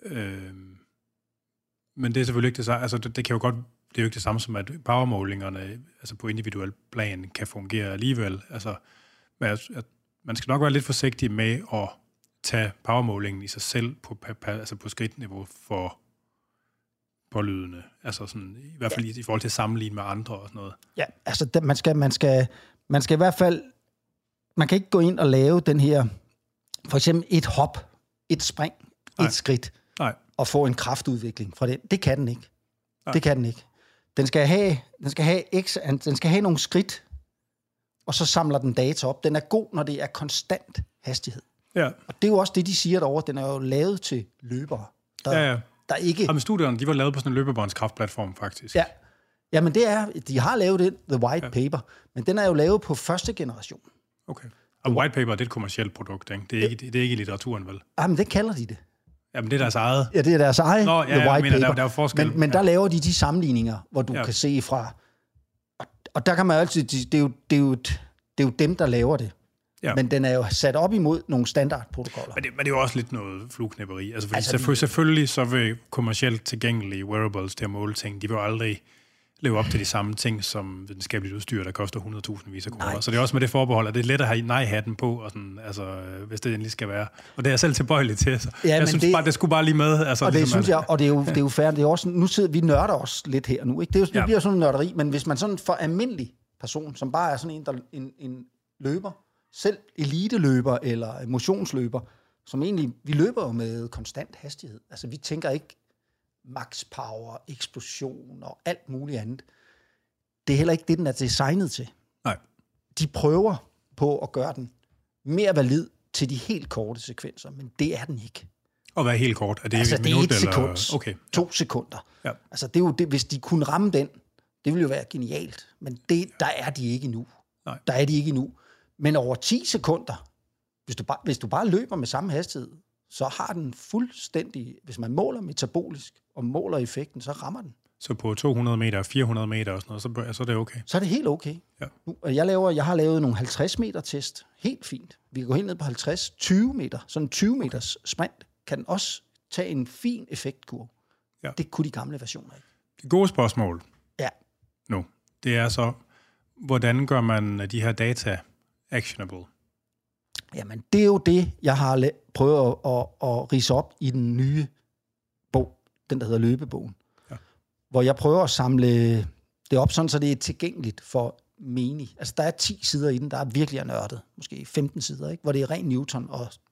Men det er selvfølgelig ikke det samme. Altså, det kan jo godt... Det er jo ikke det samme som, at powermålingerne altså på individuel plan kan fungere alligevel. Altså, man skal nok være lidt forsigtig med at tage powermålingen i sig selv på skridtniveau for pålydende. Altså sådan, i hvert fald i forhold til at sammenligne med andre og sådan noget. Ja, altså man skal i hvert fald... Man kan ikke gå ind og lave den her... For eksempel et hop, et spring, et skridt, og få en kraftudvikling fra den. Det kan den ikke. Det kan den ikke. Den skal have nogle skridt, og så samler den data op. Den er god, når det er konstant hastighed. Ja. Og det er jo også det, de siger derovre. Den er jo lavet til løbere. Der ikke... Ja, men studierne, de var lavet på sådan en løbebåndskraftplatform, faktisk. Ja, men det er... De har lavet det, The White Paper, men den er jo lavet på første generation. Okay. Og White Paper, det er et kommercielt produkt, ikke? Det er ikke i litteraturen, vel? Men det kalder de det. Jamen, det er deres eget. Ja, det er deres eget, The White Paper. Der er forskel. Men der laver de sammenligninger, hvor du kan se fra... Og der kan man altid... Det er jo dem, der laver det. Ja. Men den er jo sat op imod nogle standardprotokoller. Men det er jo også lidt noget flueknæpperi. Altså, fordi selvfølgelig så vil kommercielt tilgængelige wearables til at måle ting, de vil jo aldrig leve op til de samme ting, som videnskabeligt udstyr, der koster 100.000 vis af kroner. Så det er også med det forbehold, at det er let at have nej-hatten på, og sådan, altså, hvis det endelig skal være. Og det er jeg selv tilbøjelig til. Så. Ja, jeg synes bare, det skulle bare lige med. Altså, og det synes jeg, og det er jo fair. Det er også, nu sidder vi nørder os lidt her nu. Ikke? Det bliver sådan en nørderi, men hvis man sådan for almindelig person, som bare er sådan en løber, selv eliteløber eller motionsløber, som egentlig, vi løber jo med konstant hastighed. Altså, vi tænker ikke max power, eksplosion og alt muligt andet. Det er heller ikke det, den er designet til. Nej. De prøver på at gøre den mere valid til de helt korte sekvenser, men det er den ikke. Og hvad er helt kort? Er det altså, et minut, det er 1 sekund. Okay. 2 sekunder. Ja. Altså, det er jo det, hvis de kunne ramme den, det ville jo være genialt. Men der er de ikke endnu. Nej. Der er de ikke endnu. Men over 10 sekunder, hvis du bare løber med samme hastighed, så har den fuldstændig, hvis man måler metabolisk og måler effekten, så rammer den. Så på 200 meter, 400 meter og sådan noget, så er det okay? Så er det helt okay. Ja. Jeg har lavet nogle 50 meter test. Helt fint. Vi kan gå helt ned på 50, 20 meter. Sådan en 20 meters sprint kan også tage en fin effektkurve. Ja. Det kunne de gamle versioner ikke. Det gode spørgsmål. Ja. Nu, det er så, hvordan gør man de her data actionable? Jamen, det er jo det, jeg har prøvet at ridse op i den nye bog, den der hedder Løbebogen. Ja. Hvor jeg prøver at samle det op, sådan så det er tilgængeligt for menig. Altså, der er 10 sider i den, der er virkelig nørdet. Måske 15 sider, ikke? Hvor det er ren Newton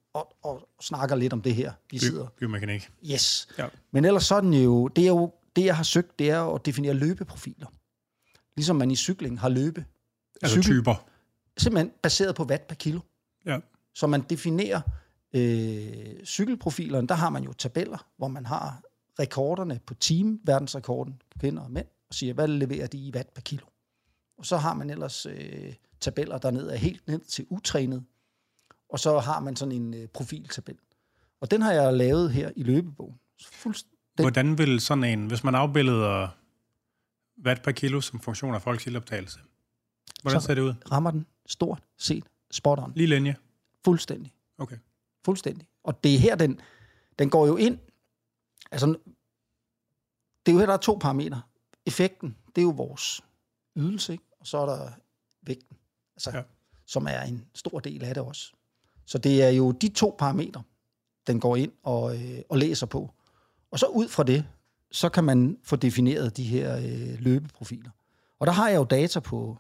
og snakker lidt om det her. Vi sidder. Biomekanik. Yes. Ja. Men ellers så er den jo, det jeg har søgt, det er at definere løbeprofiler. Ligesom man i cykling har løbe. Altså typer. simpelthen baseret på watt per kilo. Ja. Så man definerer cykelprofilerne, der har man jo tabeller, hvor man har rekorderne på team, verdensrekorden, kvinder og mænd, og siger, hvad leverer de i watt per kilo. Og så har man ellers tabeller, der ned er helt ned til utrænet, og så har man sådan en profiltabel. Og den har jeg lavet her i løbebogen. Hvordan vil sådan en, hvis man afbilleder watt per kilo som funktion af folks ildoptagelse, hvordan ser det ud? Rammer den stort set spot on. Lige linje? Fuldstændig. Okay. Fuldstændig. Og det er her, den går jo ind. Altså, det er jo her, der er 2 parametre. Effekten, det er jo vores ydelse, ikke? Og så er der vægten, altså, som er en stor del af det også. Så det er jo de 2 parametre, den går ind og læser på. Og så ud fra det, så kan man få defineret de her løbeprofiler. Og der har jeg jo data på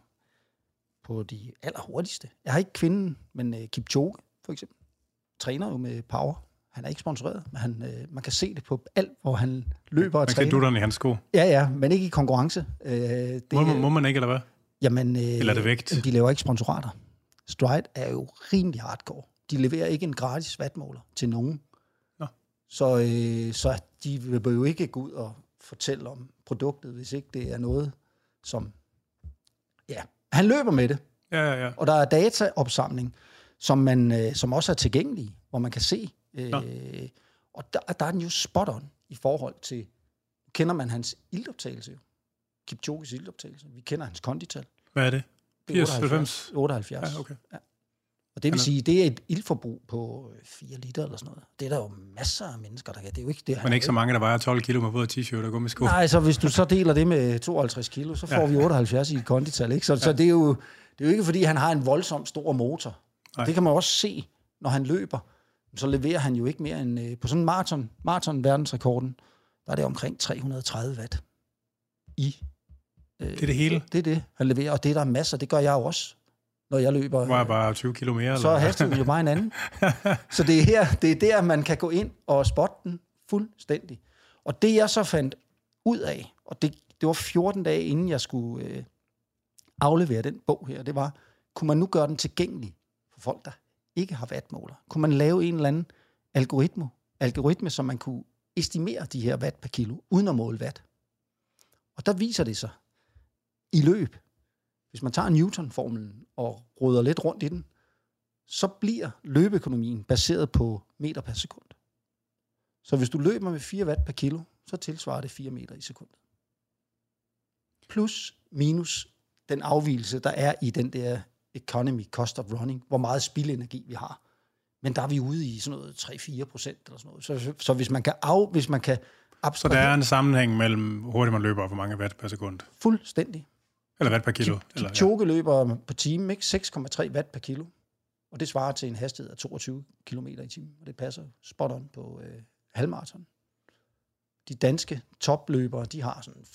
de allerhurtigste. Jeg har ikke kvinden, men Kipchoge for eksempel, træner jo med power. Han er ikke sponsoreret, men man kan se det på alt, hvor han løber og træner. Man kan dutterne i hans sko. Ja, men ikke i konkurrence. Må man ikke, eller hvad? Jamen, eller er det vægt? De laver ikke sponsorater. Stride er jo rimelig hardcore. De leverer ikke en gratis wattmåler til nogen. Nå. Så de vil jo ikke gå ud og fortælle om produktet, hvis ikke det er noget, som... Ja, han løber med det. Ja. Og der er dataopsamling, som også er tilgængelige, hvor man kan se. Og der er den jo spot on i forhold til... Kender man hans ildoptagelse jo? Kipchoges ildoptagelse. Vi kender hans kondital. Hvad er det? 78. Ja, okay. Ja. Og det vil sige, det er et ildforbrug på 4 liter eller sådan noget. Det er der jo masser af mennesker, der kan. Det er jo ikke det. Men ikke så mange, der vejer 12 kilo med både t-shirt og gummisko. Nej, så hvis du så deler det med 52 kilo, så får vi 78 i et kondital, ikke? Så det er jo ikke, fordi han har en voldsom stor motor. Det kan man også se, når han løber. Så leverer han jo ikke mere end på sådan en maraton verdensrekorden, der er det omkring 330 watt i. Det er det hele? Det er det, han leverer, og det er der masser. Det gør jeg jo også, når jeg løber. Var jeg bare 20 kilo mere? Så er hastigheden jo bare en anden. Så det er der, man kan gå ind og spotte den fuldstændig. Og det jeg så fandt ud af, og det var 14 dage inden jeg skulle aflevere den bog her, det var, kunne man nu gøre den tilgængelig for folk, der ikke har wattmåler? Kunne man lave en eller anden algoritme, som man kunne estimere de her watt per kilo, uden at måle watt? Og der viser det sig i løb, hvis man tager Newton-formlen og roder lidt rundt i den, så bliver løbeøkonomien baseret på meter per sekund. Så hvis du løber med 4 watt per kilo, så tilsvarer det 4 meter i sekundet. Plus minus den afvigelse, der er i den der economy cost of running, hvor meget spildenergi vi har. Men der er vi ude i sådan noget 3-4% eller sådan noget. Så hvis man kan så der er en sammenhæng mellem hvor hurtigt man løber og hvor mange watt per sekund? Fuldstændig. Eller watt per kilo? Kipchoge løber på timen, ikke? 6,3 watt per kilo. Og det svarer til en hastighed af 22 km i timen. Og det passer spot on på halvmaraton. De danske topløbere, de har sådan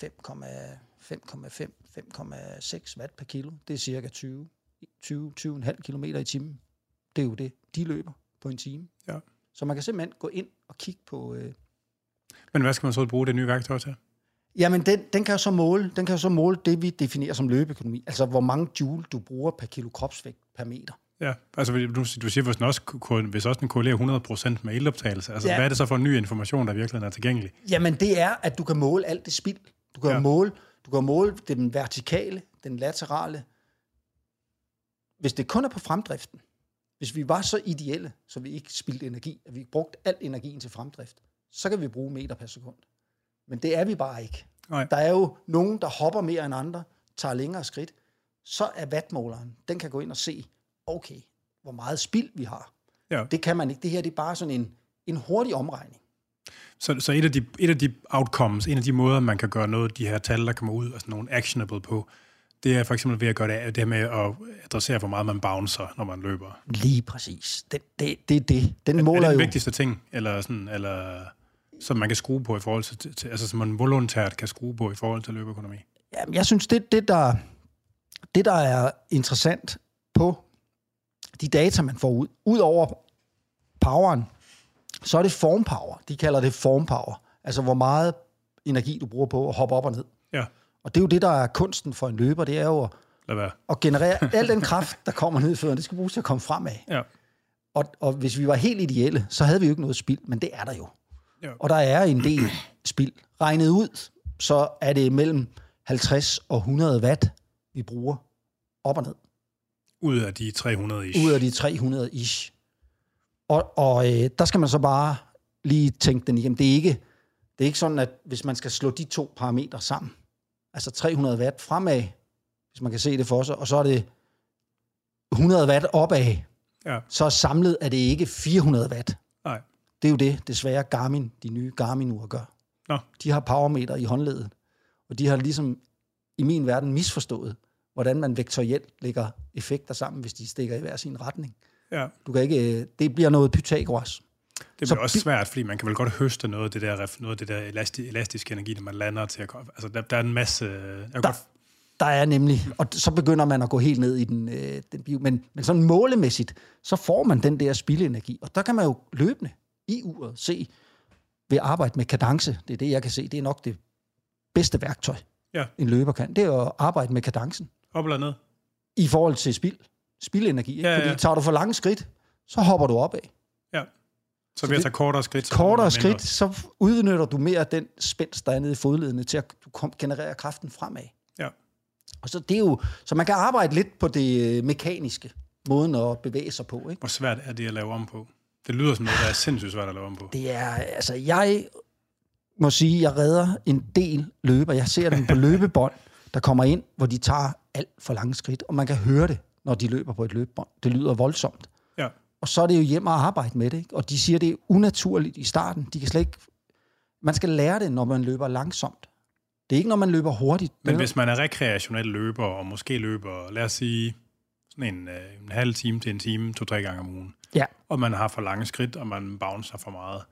5,6 watt per kilo. Det er cirka 20,5 km i timen. Det er jo det, de løber på en time. Ja. Så man kan simpelthen gå ind og kigge på... Men hvad skal man så bruge det nye værktøj til? Jamen, den kan jo så måle det, vi definerer som løbeøkonomi. Altså, hvor mange joule du bruger per kilo kropsvægt per meter. Ja, altså du siger, hvis også den korrelerer 100% med ildoptagelse. Altså, hvad er det så for en ny information, der virkelig er tilgængelig? Jamen, det er, at du kan måle alt det spild. Du kan måle den vertikale, den laterale. Hvis det kun er på fremdriften, hvis vi var så ideelle, så vi ikke spildte energi, at vi brugte al energien til fremdrift, så kan vi bruge meter per sekund. Men det er vi bare ikke. Nej. Der er jo nogen, der hopper mere end andre, tager længere skridt. Så er wattmåleren, den kan gå ind og se, okay, hvor meget spild vi har. Ja. Det kan man ikke. Det her det er bare sådan en hurtig omregning. Så et af de outcomes, en af de måder, man kan gøre noget af de her tal, der kommer ud, altså nogle actionable på, det er for eksempel ved at gøre det med at adressere, hvor meget man bouncer, når man løber. Lige præcis. Det er det. Den måler er det den jo... vigtigste ting, eller som man kan skrue på i forhold til altså som man voluntært kan skrue på i forhold til løbeøkonomi? Jamen, jeg synes, det der er interessant på de data, man får ud over poweren, så er det form power. De kalder det form power. Altså, hvor meget energi du bruger på at hoppe op og ned. Ja. Og det er jo det, der er kunsten for en løber. Det er jo lad være. Og generere al den kraft, der kommer ned i fødderne, det skal bruges til at komme fremad. Ja. Og hvis vi var helt ideelle, så havde vi jo ikke noget spild, men det er der jo. Ja. Og der er en del spild. Regnet ud, så er det mellem 50 og 100 watt, vi bruger op og ned. Ud af de 300-ish. Ud af de 300-ish. Og der skal man så bare lige tænke den igennem. Det er ikke sådan, at hvis man skal slå de to parametre sammen, altså 300 watt fremad, hvis man kan se det for sig, og så er det 100 watt opad, så samlet er det ikke 400 watt. Nej. Det er jo det, desværre de nye Garmin-ure gør. Nå. De har powermeter i håndledet, og de har ligesom i min verden misforstået, hvordan man vektorielt lægger effekter sammen, hvis de stikker i hver sin retning. Ja. Du kan ikke, det bliver noget Pythagoras. Det bliver også svært, fordi man kan vel godt høste noget af det der elastiske energi, når man lander til at komme. Altså, der er en masse... Der er nemlig, og så begynder man at gå helt ned i den bio. Men sådan målemæssigt, så får man den der spildenergi. Og der kan man jo løbende i uret se, ved at arbejde med kadence. Det er det, jeg kan se. Det er nok det bedste værktøj, en løber kan. Det er at arbejde med kadencen. Op eller ned? I forhold til spildenergi. Ikke? Ja. Fordi tager du for lange skridt, så hopper du opad. Ja. Så ved at tage kortere skridt. Kortere skridt, så udnytter du mere den spænst, der er nede i fodledene, til at generere kraften fremad. Ja. Og så det er jo, så man kan arbejde lidt på det mekaniske måden at bevæge sig på. Ikke? Hvor svært er det at lave om på? Det lyder som noget, der er sindssygt svært at lave om på. Det er, altså jeg må sige, jeg redder en del løber. Jeg ser dem på løbebånd, der kommer ind, hvor de tager alt for lange skridt, og man kan høre det, når de løber på et løbebånd. Det lyder voldsomt. Ja. Og så er det jo hjem og arbejde med det, ikke? Og de siger, det er unaturligt i starten. De kan slet ikke... Man skal lære det, når man løber langsomt. Det er ikke, når man løber hurtigt. Men hvis man er rekreationel løber, og måske løber, lad os sige, sådan en halv time til en time, 2-3 gange om ugen, og man har for lange skridt, og man bouncer for meget,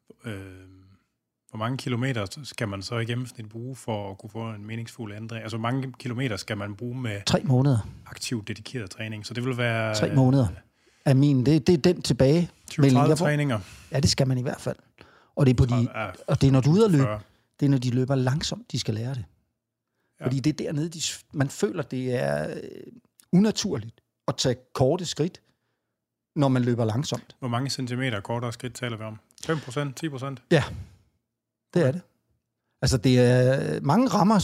hvor mange kilometer skal man så i gennemsnit bruge for at kunne få en meningsfuld ændring? Altså, hvor mange kilometer skal man bruge med 3 måneder. Aktiv, dedikeret træning? Så det vil være... 3 måneder af min. Det er den tilbage. 20-30 træninger? Ja, det skal man i hvert fald. Og det er, og det er når du er ude at løbe, det er, når de løber langsomt, de skal lære det. Ja. Fordi det er dernede, man føler, det er unaturligt at tage korte skridt, når man løber langsomt. Hvor mange centimeter kortere skridt taler vi om? 5%? 10%? Ja, det er det. Altså, det er mange rammer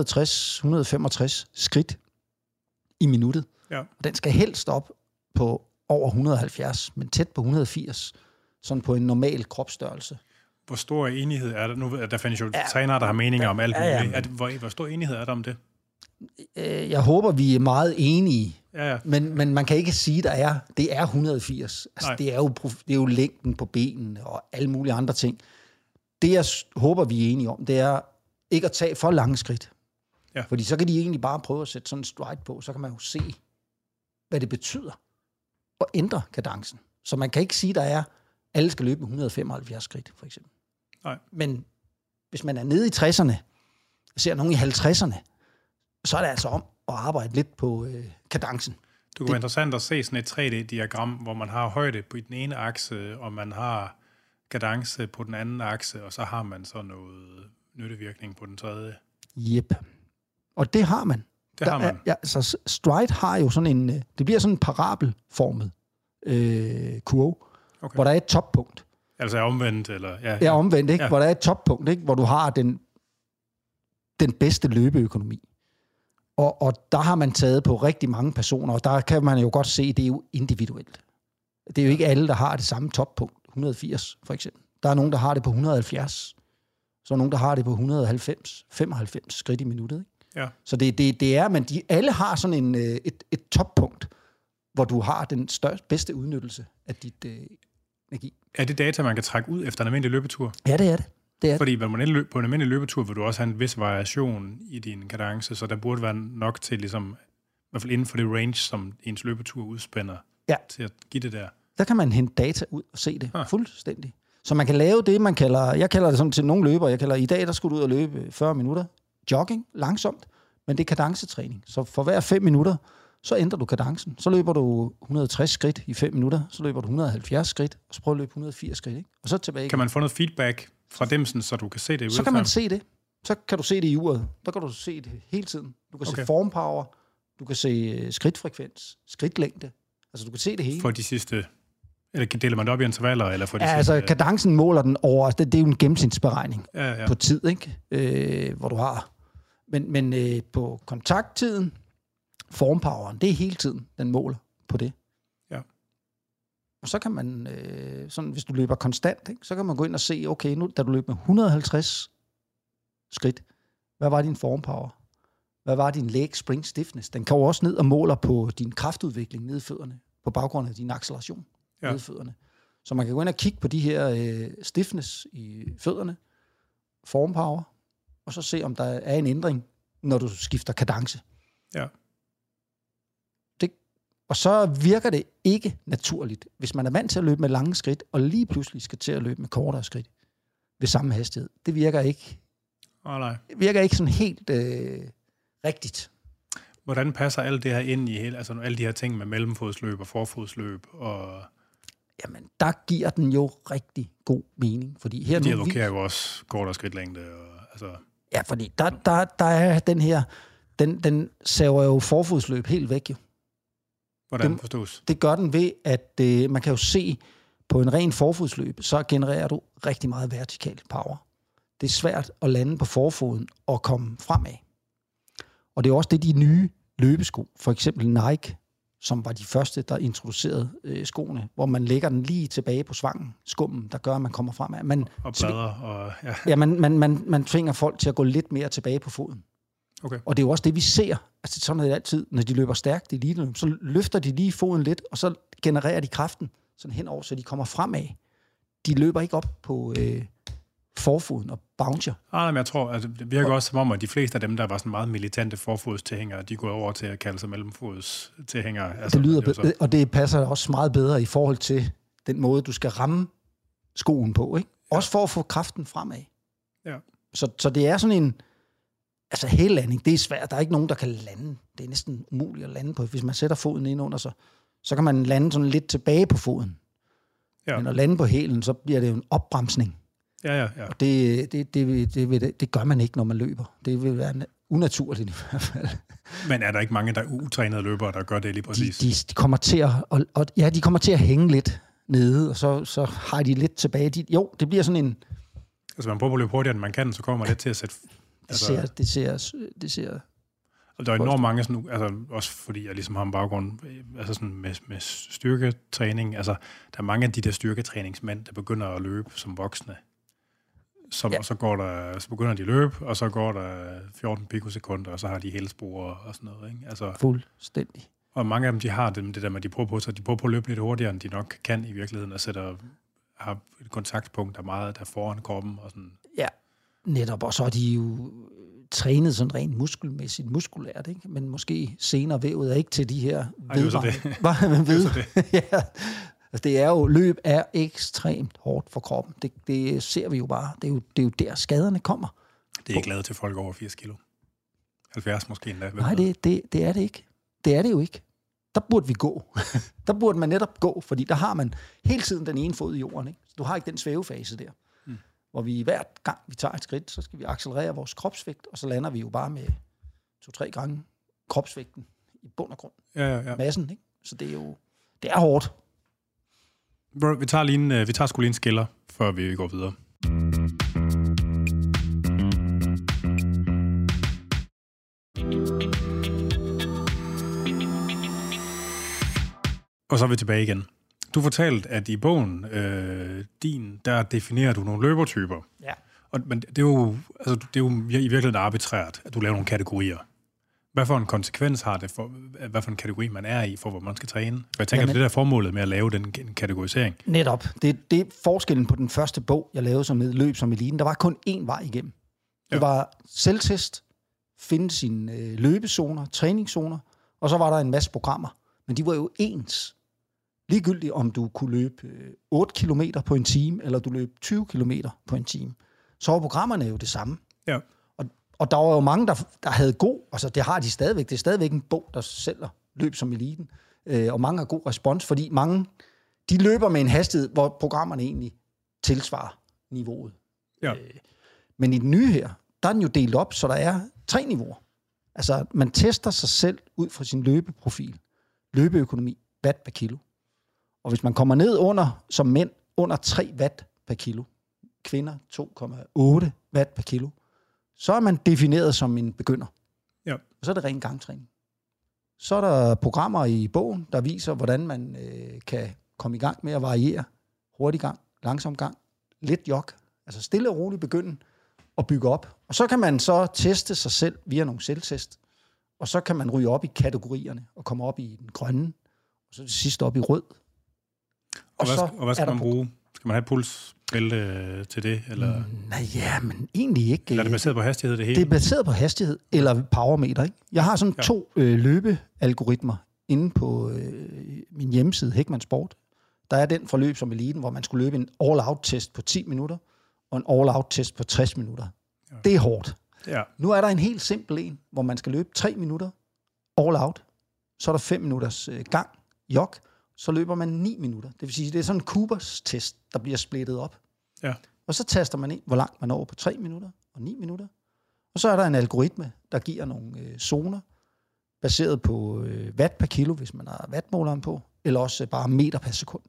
sådan 160-165 skridt i minuttet. Ja. Og den skal helst op på over 170, men tæt på 180, sådan på en normal kropsstørrelse. Hvor stor enighed er der? Nu der findes jo trænere, der har meninger om alt muligt. Hvor stor enighed er der om det? Jeg håber, vi er meget enige. Ja. Men man kan ikke sige, det er 180. Altså, det er jo længden på benene og alle mulige andre ting. Det, jeg håber, vi er enige om, det er ikke at tage for lange skridt. Ja. Fordi så kan de egentlig bare prøve at sætte sådan en stride på, så kan man jo se, hvad det betyder at ændre kadencen. Så man kan ikke sige, alle skal løbe med 175 skridt, for eksempel. Nej. Men hvis man er nede i 60'erne, og ser nogen i 50'erne, så er det altså om at arbejde lidt på kadencen. Det kunne være interessant at se sådan et 3D-diagram, hvor man har højde på den ene akse, og man har kadence på den anden akse, og så har man så noget nyttevirkning på den tredje. Jep. Og det har man. Så stride har jo sådan en... Det bliver sådan en parabelformet kurve, hvor der er et toppunkt. Altså omvendt, eller... Ja, omvendt, ikke? Ja. Hvor der er et toppunkt, ikke? Hvor du har den bedste løbeøkonomi. Og der har man taget på rigtig mange personer, og der kan man jo godt se, at det er jo individuelt. Det er jo ikke alle, der har det samme toppunkt, 180 for eksempel. Der er nogen, der har det på 170, så er nogen, der har det på 190, 95 skridt i minuttet. Ikke? Ja. Så det er, men alle har sådan et toppunkt, hvor du har den bedste udnyttelse af dit energi. Er det data, man kan trække ud efter en almindelig løbetur? Ja, det er det. Fordi på en almindelig løbetur vil du også have en vis variation i din kadence, så der burde være nok til, ligesom, i hvert fald inden for det range, som ens løbetur udspænder, til at give det der. Der kan man hente data ud og se det fuldstændig. Så man kan lave det, jeg kalder det sådan til nogle løbere, i dag, der skulle du ud og løbe 40 minutter. Jogging, langsomt, men det er kadencetræning. Så for hver 5 minutter, så ændrer du kadencen. Så løber du 160 skridt i 5 minutter, så løber du 170 skridt, og så prøver du at løbe 180 skridt, ikke? Og så tilbage. Kan man få noget feedback fra dem, så du kan se det i Så kan man se det. Så kan du se det i uret. Der kan du se det hele tiden. Du kan se formpower, Du kan se skridtfrekvens, skridtlængde. Altså, du kan se det hele. For de sidste... Eller deler man det op i intervaller? Eller for de sidste... Altså, kadencen måler den over... Det er jo en gennemsnitsberegning på tid, ikke? Hvor du har... Men på kontakttiden, formpoweren, det er hele tiden, den måler på det. Ja. Og så kan man, sådan, hvis du løber konstant, ikke, så kan man gå ind og se, okay, nu, da du løb med 150 skridt, hvad var din formpower? Hvad var din leg spring stiffness? Den kan jo også ned og måler på din kraftudvikling nede i fødderne, på baggrund af din acceleration nede i fødderne. Så man kan gå ind og kigge på de her stiffness i fødderne, formpower, og så se, om der er en ændring, når du skifter kadence. Ja. Og så virker det ikke naturligt, hvis man er vant til at løbe med lange skridt, og lige pludselig skal til at løbe med kortere skridt ved samme hastighed. Det virker ikke. Nej. Det virker ikke sådan helt rigtigt. Hvordan passer alt det her ind i altså alle de her ting med mellemfodsløb og forfodsløb? Og... Jamen, der giver den jo rigtig god mening. Fordi her de advokerer jo også kortere skridtlængde. Altså... Ja, fordi der er den her, den saver jo forfodsløb helt væk jo. Hvordan forstås? Det gør den ved, at man kan jo se på en ren forfodsløb, så genererer du rigtig meget vertikal power. Det er svært at lande på forfoden og komme fremad. Og det er også det, de nye løbesko, for eksempel Nike, som var de første, der introducerede skoene, hvor man lægger den lige tilbage på svangen, skummen, der gør, at man kommer fremad. Og bladrer. Man tvinger folk til at gå lidt mere tilbage på foden. Okay. Og det er jo også det, vi ser. Altså sådan er det altid, når de løber stærkt i eliteløb, så løfter de lige foden lidt, og så genererer de kraften sådan henover, så de kommer fremad. De løber ikke op på forfoden og bouncer. Men jeg tror, altså, det virker også som om, at de fleste af dem, der var sådan meget militante forfodstilhængere, de går over til at kalde sig mellemfodstilhængere. Altså, det lyder og det passer også meget bedre i forhold til den måde, du skal ramme skoen på, ikke? Ja. Også for at få kraften fremad. Ja. Så det er sådan en... Altså, hellanding, det er svært. Der er ikke nogen, der kan lande. Det er næsten umuligt at lande på. Hvis man sætter foden ind under sig, så kan man lande sådan lidt tilbage på foden. Ja. Men at lande på hælen, så bliver det jo en opbremsning. Ja. Og det gør man ikke, når man løber. Det vil være unaturligt i hvert fald. Men er der ikke mange, der er utrænede løbere, der gør det lige præcis? De kommer til at hænge lidt nede, og så har de lidt tilbage. Det bliver sådan en... Altså, man prøver at løbe hurtigere, end man kan, så kommer man lidt til at sætte... Det ser. Og der er enormt mange, sådan, altså, også fordi jeg ligesom har en baggrund altså sådan med styrketræning. Altså, der er mange af de der styrketræningsmænd, der begynder at løbe som voksne. Og så begynder de at løbe, og så går der 14 pikosekunder, og så har de hælspore og sådan noget. Ikke? Altså, fuldstændig. Og mange af dem, de har det der med, de prøver på at løbe lidt hurtigere, end de nok kan i virkeligheden, og har et kontaktpunkt, der er foran kroppen. Og sådan. Ja, netop. Og så er de jo trænet sådan rent muskelmæssigt, muskulært, ikke? Men måske senere vævet er ikke til de her vedvarende. Ja. Altså, det er jo, løb er ekstremt hårdt for kroppen. Det ser vi jo bare. Det er jo der, skaderne kommer. Det er ikke lavet til folk over 80 kilo. 70 måske endda. Nej, det er det ikke. Det er det jo ikke. Der burde vi gå. Der burde man netop gå, fordi der har man hele tiden den ene fod i jorden. Ikke? Du har ikke den svævefase der. Hvor vi hver gang vi tager et skridt, så skal vi accelerere vores kropsvægt, og så lander vi jo bare med 2-3 gange kropsvægten i bund og grund. Ja. Massen, ikke? Så det er hårdt. Vi tager sgu lige en skiller, før vi går videre. Og så er vi tilbage igen. Du fortalte, at i bogen der definerer du nogle løbertyper. Ja. Men det er jo i virkeligheden arbitrært, at du laver nogle kategorier. Hvad for en konsekvens har det for, hvad for en kategori man er i, for hvor man skal træne? For jeg tænker, at det der formålet med at lave den kategorisering. Netop. Det er forskellen på den første bog, jeg lavede som løb som eliten. Der var kun én vej igennem. Det var selvtest, finde sine løbezoner, træningszoner, og så var der en masse programmer. Men de var jo ens. Ligegyldigt om du kunne løbe 8 kilometer på en time, eller du løb 20 kilometer på en time. Så var programmerne jo det samme. Ja. Og der var jo mange, der havde god, altså det har de stadigvæk, det er stadigvæk en bog, der sælger løb som eliten, og mange har god respons, fordi mange, de løber med en hastighed, hvor programmerne egentlig tilsvarer niveauet. Ja. Men i den nye her, der er den jo delt op, så der er 3 niveauer. Altså, man tester sig selv ud fra sin løbeprofil, løbeøkonomi, watt per kilo. Og hvis man kommer ned under, som mænd, under 3 watt per kilo, kvinder 2,8 watt per kilo, så er man defineret som en begynder. Ja. Og så er det ren gangtræning. Så er der programmer i bogen, der viser, hvordan man kan komme i gang med at variere. Hurtig gang, langsom gang, lidt jog. Altså stille og roligt begynde at bygge op. Og så kan man så teste sig selv via nogle selvtest. Og så kan man ryge op i kategorierne og komme op i den grønne. Og så det sidste op i rød. Og hvad skal man bruge? Skal man have et pulsbælte til det? Eller? Nej, ja, men egentlig ikke. Eller er det baseret på hastighed, det hele? Det er baseret på hastighed, eller powermeter, ikke? Jeg har sådan 2 løbealgoritmer inde på min hjemmeside, Heckman Sport. Der er den fra løb som eliten, hvor man skulle løbe en all-out-test på 10 minutter, og en all-out-test på 60 minutter. Ja. Det er hårdt. Ja. Nu er der en helt simpel en, hvor man skal løbe 3 minutter all-out, så er der 5 minutters gang, jog, så løber man 9 minutter. Det vil sige, det er sådan en Coopers test, der bliver splittet op. Ja. Og så taster man ind, hvor langt man når på 3 minutter og 9 minutter. Og så er der en algoritme, der giver nogle zoner, baseret på watt per kilo, hvis man har wattmåleren på, eller også bare meter per sekund.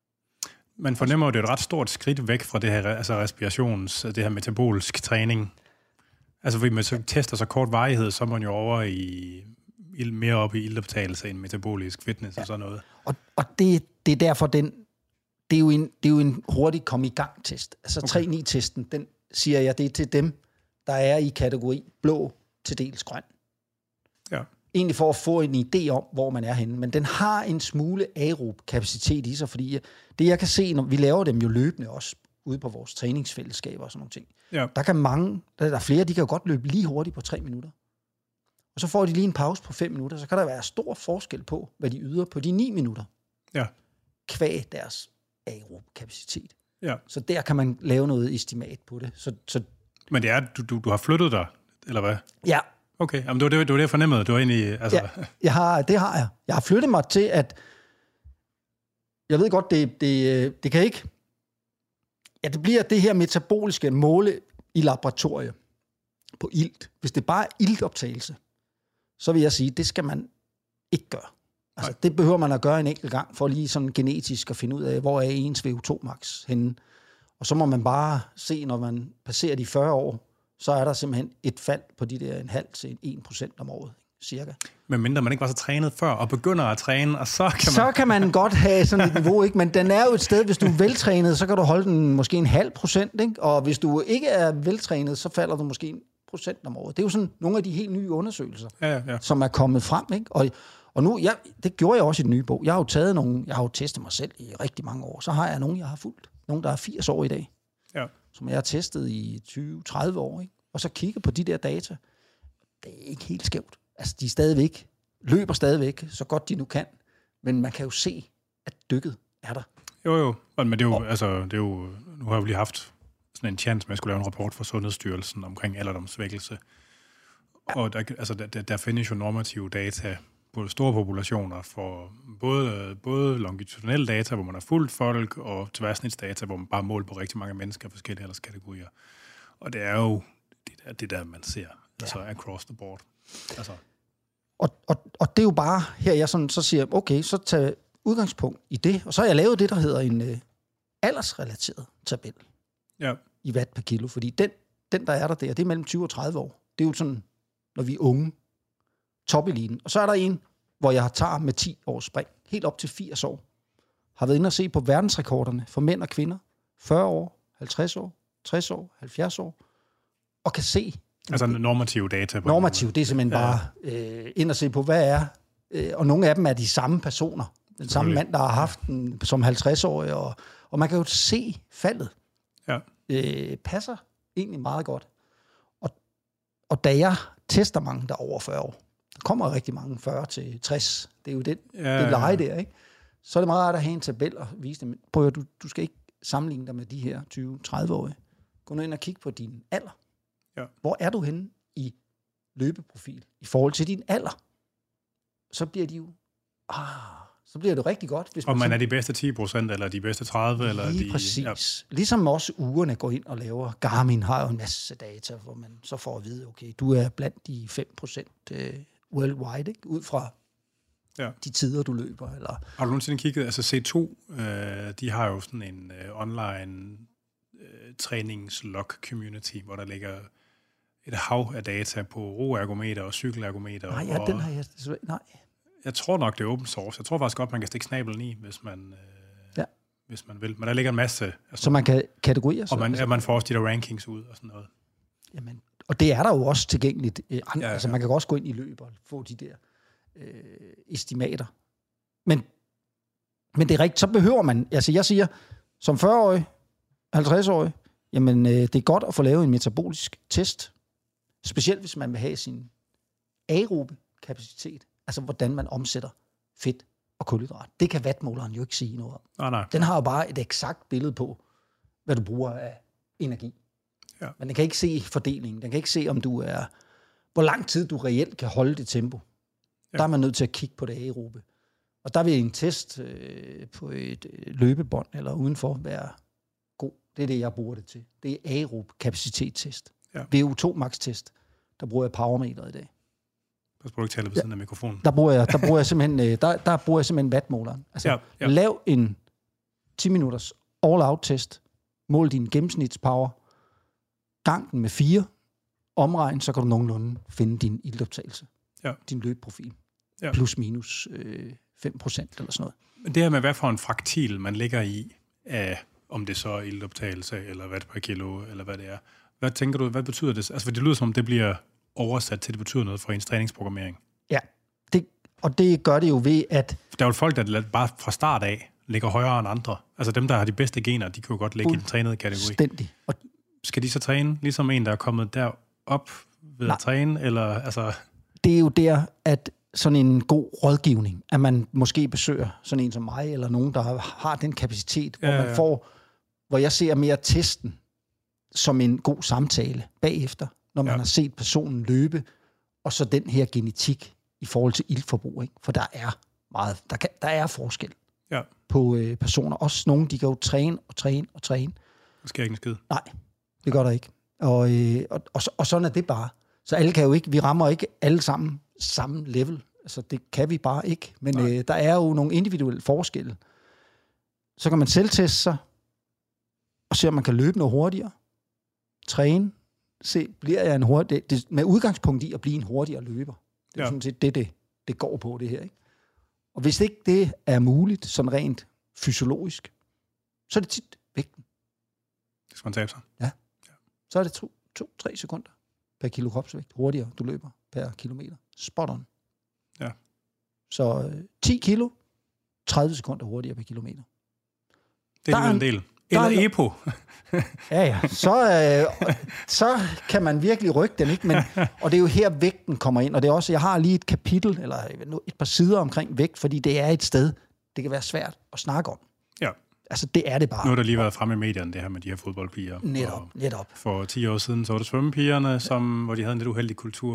Man fornemmer jo, det er et ret stort skridt væk fra det her altså det her metabolisk træning. Altså, hvis man så tester så kort varighed, så er man jo over mere op i ildoptagelse end metabolisk fitness og sådan noget. Og det er derfor, det er jo en hurtig kom-i-gang-test. Altså 3-9-testen, den siger jeg, det er til dem, der er i kategori blå til dels grøn. Ja. Egentlig for at få en idé om, hvor man er henne. Men den har en smule aerob kapacitet i sig, fordi det jeg kan se, når vi laver dem jo løbende også ude på vores træningsfællesskaber og sådan nogle ting. Ja. Der er flere, de kan jo godt løbe lige hurtigt på 3 minutter. Og så får de lige en pause på 5 minutter, så kan der være stor forskel på, hvad de yder på de 9 minutter. Ja. Kvæg deres aerob kapacitet. Ja. Så der kan man lave noget estimat på det. Så men det er, du har flyttet dig, eller hvad? Ja. Okay, jamen det var det, jeg fornemmede. Det var egentlig, altså... Ja, det har jeg. Jeg har flyttet mig til, at... Jeg ved godt, det kan ikke... Ja, det bliver det her metaboliske måle i laboratoriet på ilt. Hvis det bare er iltoptagelse, så vil jeg sige, det skal man ikke gøre. Altså, det behøver man at gøre en enkelt gang, for lige sådan genetisk at finde ud af, hvor er ens VO2 max henne. Og så må man bare se, når man passerer de 40 år, så er der simpelthen et fald på de der 0,5 til 1% om året, cirka. Men mindre man ikke var så trænet før, og begynder at træne, og så kan man godt have sådan et niveau, ikke? Men den er jo et sted, hvis du er veltrænet, så kan du holde den måske 0,5%, ikke? Og hvis du ikke er veltrænet, så falder du måske 1% om året. Det er jo sådan nogle af de helt nye undersøgelser, som er kommet frem, ikke? Og nu, det gjorde jeg også i den nye bog. Jeg har jo testet mig selv i rigtig mange år. Så har jeg nogen, jeg har fulgt. Nogen, der er 80 år i dag. Ja. Som jeg har testet i 20-30 år, ikke? Og så kigger på de der data. Det er ikke helt skævt. Altså, de løber stadigvæk, så godt de nu kan. Men man kan jo se, at dykket er der. Jo. Men det er jo, nu har jeg jo lige haft sådan en chance med at skulle lave en rapport fra Sundhedsstyrelsen omkring alderdomssvækkelse. Ja. Og der findes jo normative data på store populationer for både longitudinelle data, hvor man har fulgt folk, og tværsnitsdata, hvor man bare måler på rigtig mange mennesker af forskellige alderskategorier. Og det er jo det der, man ser, altså across the board. Altså. Og det er jo bare, her jeg så siger, okay, så tag udgangspunkt i det, og så har jeg lavet det, der hedder en aldersrelateret tabel i watt per kilo, fordi den der er der, det er mellem 20 og 30 år. Det er jo sådan, når vi er unge, topeliten. Og så er der en, hvor jeg tager med 10 års spring, helt op til 80 år. Har været inde og se på verdensrekorderne for mænd og kvinder. 40 år, 50 år, 60 år, 70 år. Og kan se... Altså normative data. Normative, det er simpelthen bare ind og se på, hvad er... og nogle af dem er de samme personer. Den samme mand, der har haft den som 50-årig. Og man kan jo se faldet. Ja. Passer egentlig meget godt. Og da jeg tester mange, der er over 40 år, der kommer rigtig mange 40 til 60. Det er jo det leje der, ikke? Så er det meget rart at have en tabel og vise dem. Prøv at du skal ikke sammenligne dig med de her 20-30-årige. Gå nu ind og kig på din alder. Ja. Hvor er du henne i løbeprofil i forhold til din alder? Så bliver de jo, så bliver det rigtig godt. Hvis og man er de bedste 10%, eller de bedste 30%? Eller lige præcis. Ja. Ligesom også ugerne går ind og laver. Garmin har jo en masse data, hvor man så får at vide, okay, du er blandt de 5% worldwide, ikke? Ud fra de tider, du løber. Eller... Har du nogensinde kigget, altså C2, de har jo sådan en online træningslog-community, hvor der ligger et hav af data på roergometer og cykelergometer. Nej, den har jeg nej. Jeg tror nok, det er open source. Jeg tror faktisk godt, man kan stikke snabelen i, hvis man vil. Men der ligger en masse... Altså, så man kan kategorier? Og man får også de der rankings ud og sådan noget. Jamen, og det er der jo også tilgængeligt. Altså, man kan også gå ind i løb og få de der estimater. Men det er rigtigt, så behøver man... Altså, jeg siger, som 40-årig, 50-årig, jamen, det er godt at få lavet en metabolisk test. Specielt, hvis man vil have sin aerobe kapacitet. Altså, hvordan man omsætter fedt og kulhydrat. Det kan wattmåleren jo ikke sige noget om. Nej. Den har jo bare et eksakt billede på, hvad du bruger af energi. Ja. Men den kan ikke se fordelingen. Den kan ikke se, om du er... Hvor lang tid du reelt kan holde det tempo. Ja. Der er man nødt til at kigge på det aerobe. Og der vil en test på et løbebånd eller udenfor være god. Det er det, jeg bruger det til. Det er aerob kapacitetstest. Ja. VO2 max-test. Der bruger jeg powermeter i dag. Der skal du ikke tale ved siden af mikrofonen. Der bruger jeg simpelthen wattmåleren. Altså, lav en 10 minutters all-out-test. Mål din gennemsnitspower. Gang den med 4. Omregn, så kan du nogenlunde finde din iltoptagelse. Ja. Din løbprofil. Ja. Plus minus 5% eller sådan noget. Men det her med, hvad for en fraktil man ligger i, af, om det så er iltoptagelse, eller watt per kilo, eller hvad det er. Hvad tænker du, hvad betyder det? Altså, for det lyder som, det bliver oversat til, det betyder noget for ens træningsprogrammering. Ja, og det gør det jo ved, at... Der er jo folk, der bare fra start af ligger højere end andre. Altså dem, der har de bedste gener, de kan jo godt ligge i den trænede kategori. Fuldstændig. Og skal de så træne, ligesom en, der er kommet derop ved at træne? Eller, altså... Det er jo der, at sådan en god rådgivning, at man måske besøger sådan en som mig, eller nogen, der har den kapacitet, hvor man får, hvor jeg ser mere testen som en god samtale bagefter, når man har set personen løbe, og så den her genetik i forhold til iltforbrug, ikke? For der er meget, der er forskel på personer. Også nogen, de kan jo træne. Der sker ikke en skid. Nej, det gør der ikke. Og sådan er det bare. Så alle kan jo ikke, vi rammer ikke alle sammen samme level. Altså det kan vi bare ikke. Men der er jo nogle individuelle forskelle. Så kan man selvteste sig, og se om man kan løbe noget hurtigere. Træne. Se, bliver jeg en hurtig... med udgangspunkt i at blive en hurtigere løber. Det er sådan set det går på, det her. Ikke? Og hvis ikke det er muligt, sådan rent fysiologisk, så er det tit vægten. Det skal man tabe sig. Ja. Så er det 2-3 sekunder per kilo kropsvægt hurtigere, du løber per kilometer. Spot on. Ja. Så 10 kilo, 30 sekunder hurtigere per kilometer. Det er en del. Eller EPO. Ja. Så kan man virkelig rykke den, ikke? Men, og det er jo her, vægten kommer ind. Og det er også, jeg har lige et kapitel, eller et par sider omkring vægt, fordi det er et sted, det kan være svært at snakke om. Ja. Altså, det er det bare. Nu har der lige været fremme i medierne, det her med de her fodboldpiger. Netop. For 10 år siden, så var det svømmepigerne, hvor de havde en lidt uheldig kultur.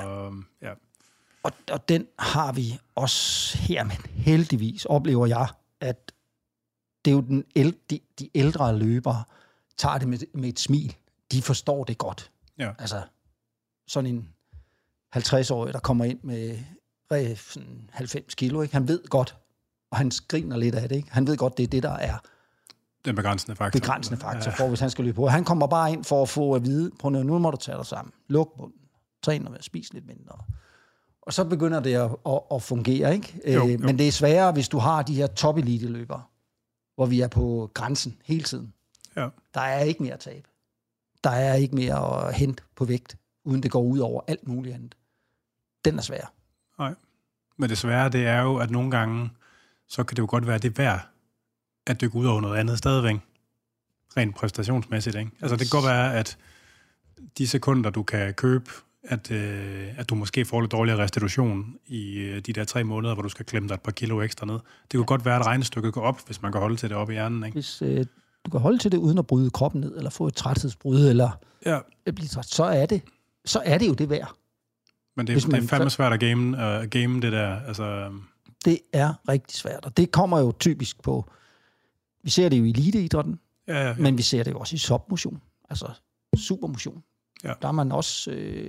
Og den har vi også her, men heldigvis oplever jeg, at det er jo de ældre løbere, tager det med et smil. De forstår det godt. Ja. Altså, sådan en 50-årig, der kommer ind med 90 kilo, ikke? Han ved godt, og han griner lidt af det, ikke? Han ved godt, det er det, der er den begrænsende faktor for, hvis han skal løbe på. Han kommer bare ind for at få at vide, prøv nu må du tage dig sammen. Luk munden. Træn med at spise lidt mindre. Og så begynder det at fungere, ikke? Jo. Men det er sværere, hvis du har de her top-elite-løbere, hvor vi er på grænsen hele tiden. Ja. Der er ikke mere at tabe. Der er ikke mere at hente på vægt, uden det går ud over alt muligt andet. Den er svær. Nej. Men det svære, det er jo, at nogle gange, så kan det jo godt være det værd, at dykke ud over noget andet stadigvæk. Rent præstationsmæssigt, ikke? Altså det kan godt være, at de sekunder, du kan købe, at du måske får lidt dårligere restitution i de der 3 måneder, hvor du skal klemme dig et par kilo ekstra ned. Det kunne godt være, at regnestykket går op, hvis man kan holde til det op i hjernen, ikke? Hvis du kan holde til det, uden at bryde kroppen ned, eller få et træthedsbrud, eller blive træt, så er det jo det værd. Men det er fandme svært at game det der. Altså, Det er rigtig svært, og det kommer jo typisk på... Vi ser det jo i eliteidrætten, men vi ser det jo også i submotion, altså supermotion. Ja. Der er man også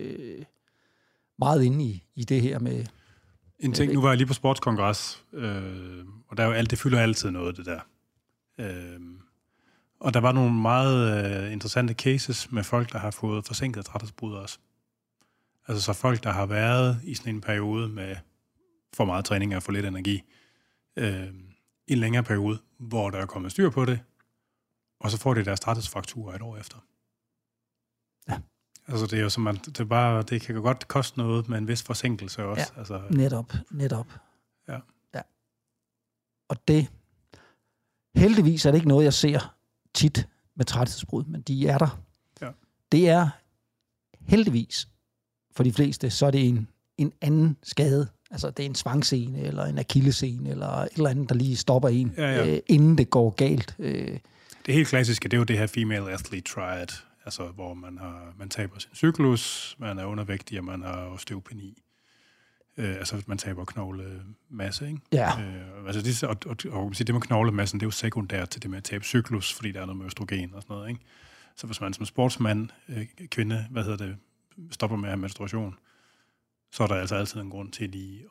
meget inde i det her med... En ting, nu var jeg lige på sportskongres, og der er jo det fylder altid noget, det der. Og der var nogle meget interessante cases med folk, der har fået forsinket træthedsbrud også. Altså så folk, der har været i sådan en periode med for meget træning og for lidt energi, en længere periode, hvor der er kommet styr på det, og så får de deres træthedsfrakturer et år efter. Ja. Altså det er jo som man, det kan godt koste noget med en vis forsinkelse også. Ja, altså, netop. Ja. Og det, heldigvis er det ikke noget, jeg ser tit med træthedsbrud, men de er der. Ja. Det er heldigvis, for de fleste, så er det en anden skade. Altså det er en svangscene, eller en akillessene, eller et eller andet, der lige stopper en, inden det går galt. Det helt klassiske, det er jo det her female athlete triad, altså hvor man taber sin cyklus, man er undervægtig, og man har osteopeni. Altså man taber knoglemasse, ikke? Ja. Altså og det med knoglemassen, det er jo sekundært til det med at tabe cyklus, fordi der er noget med østrogen og sådan noget, ikke? Så hvis man som sportsmand, kvinde, stopper med at have menstruation, så er der altså altid en grund til lige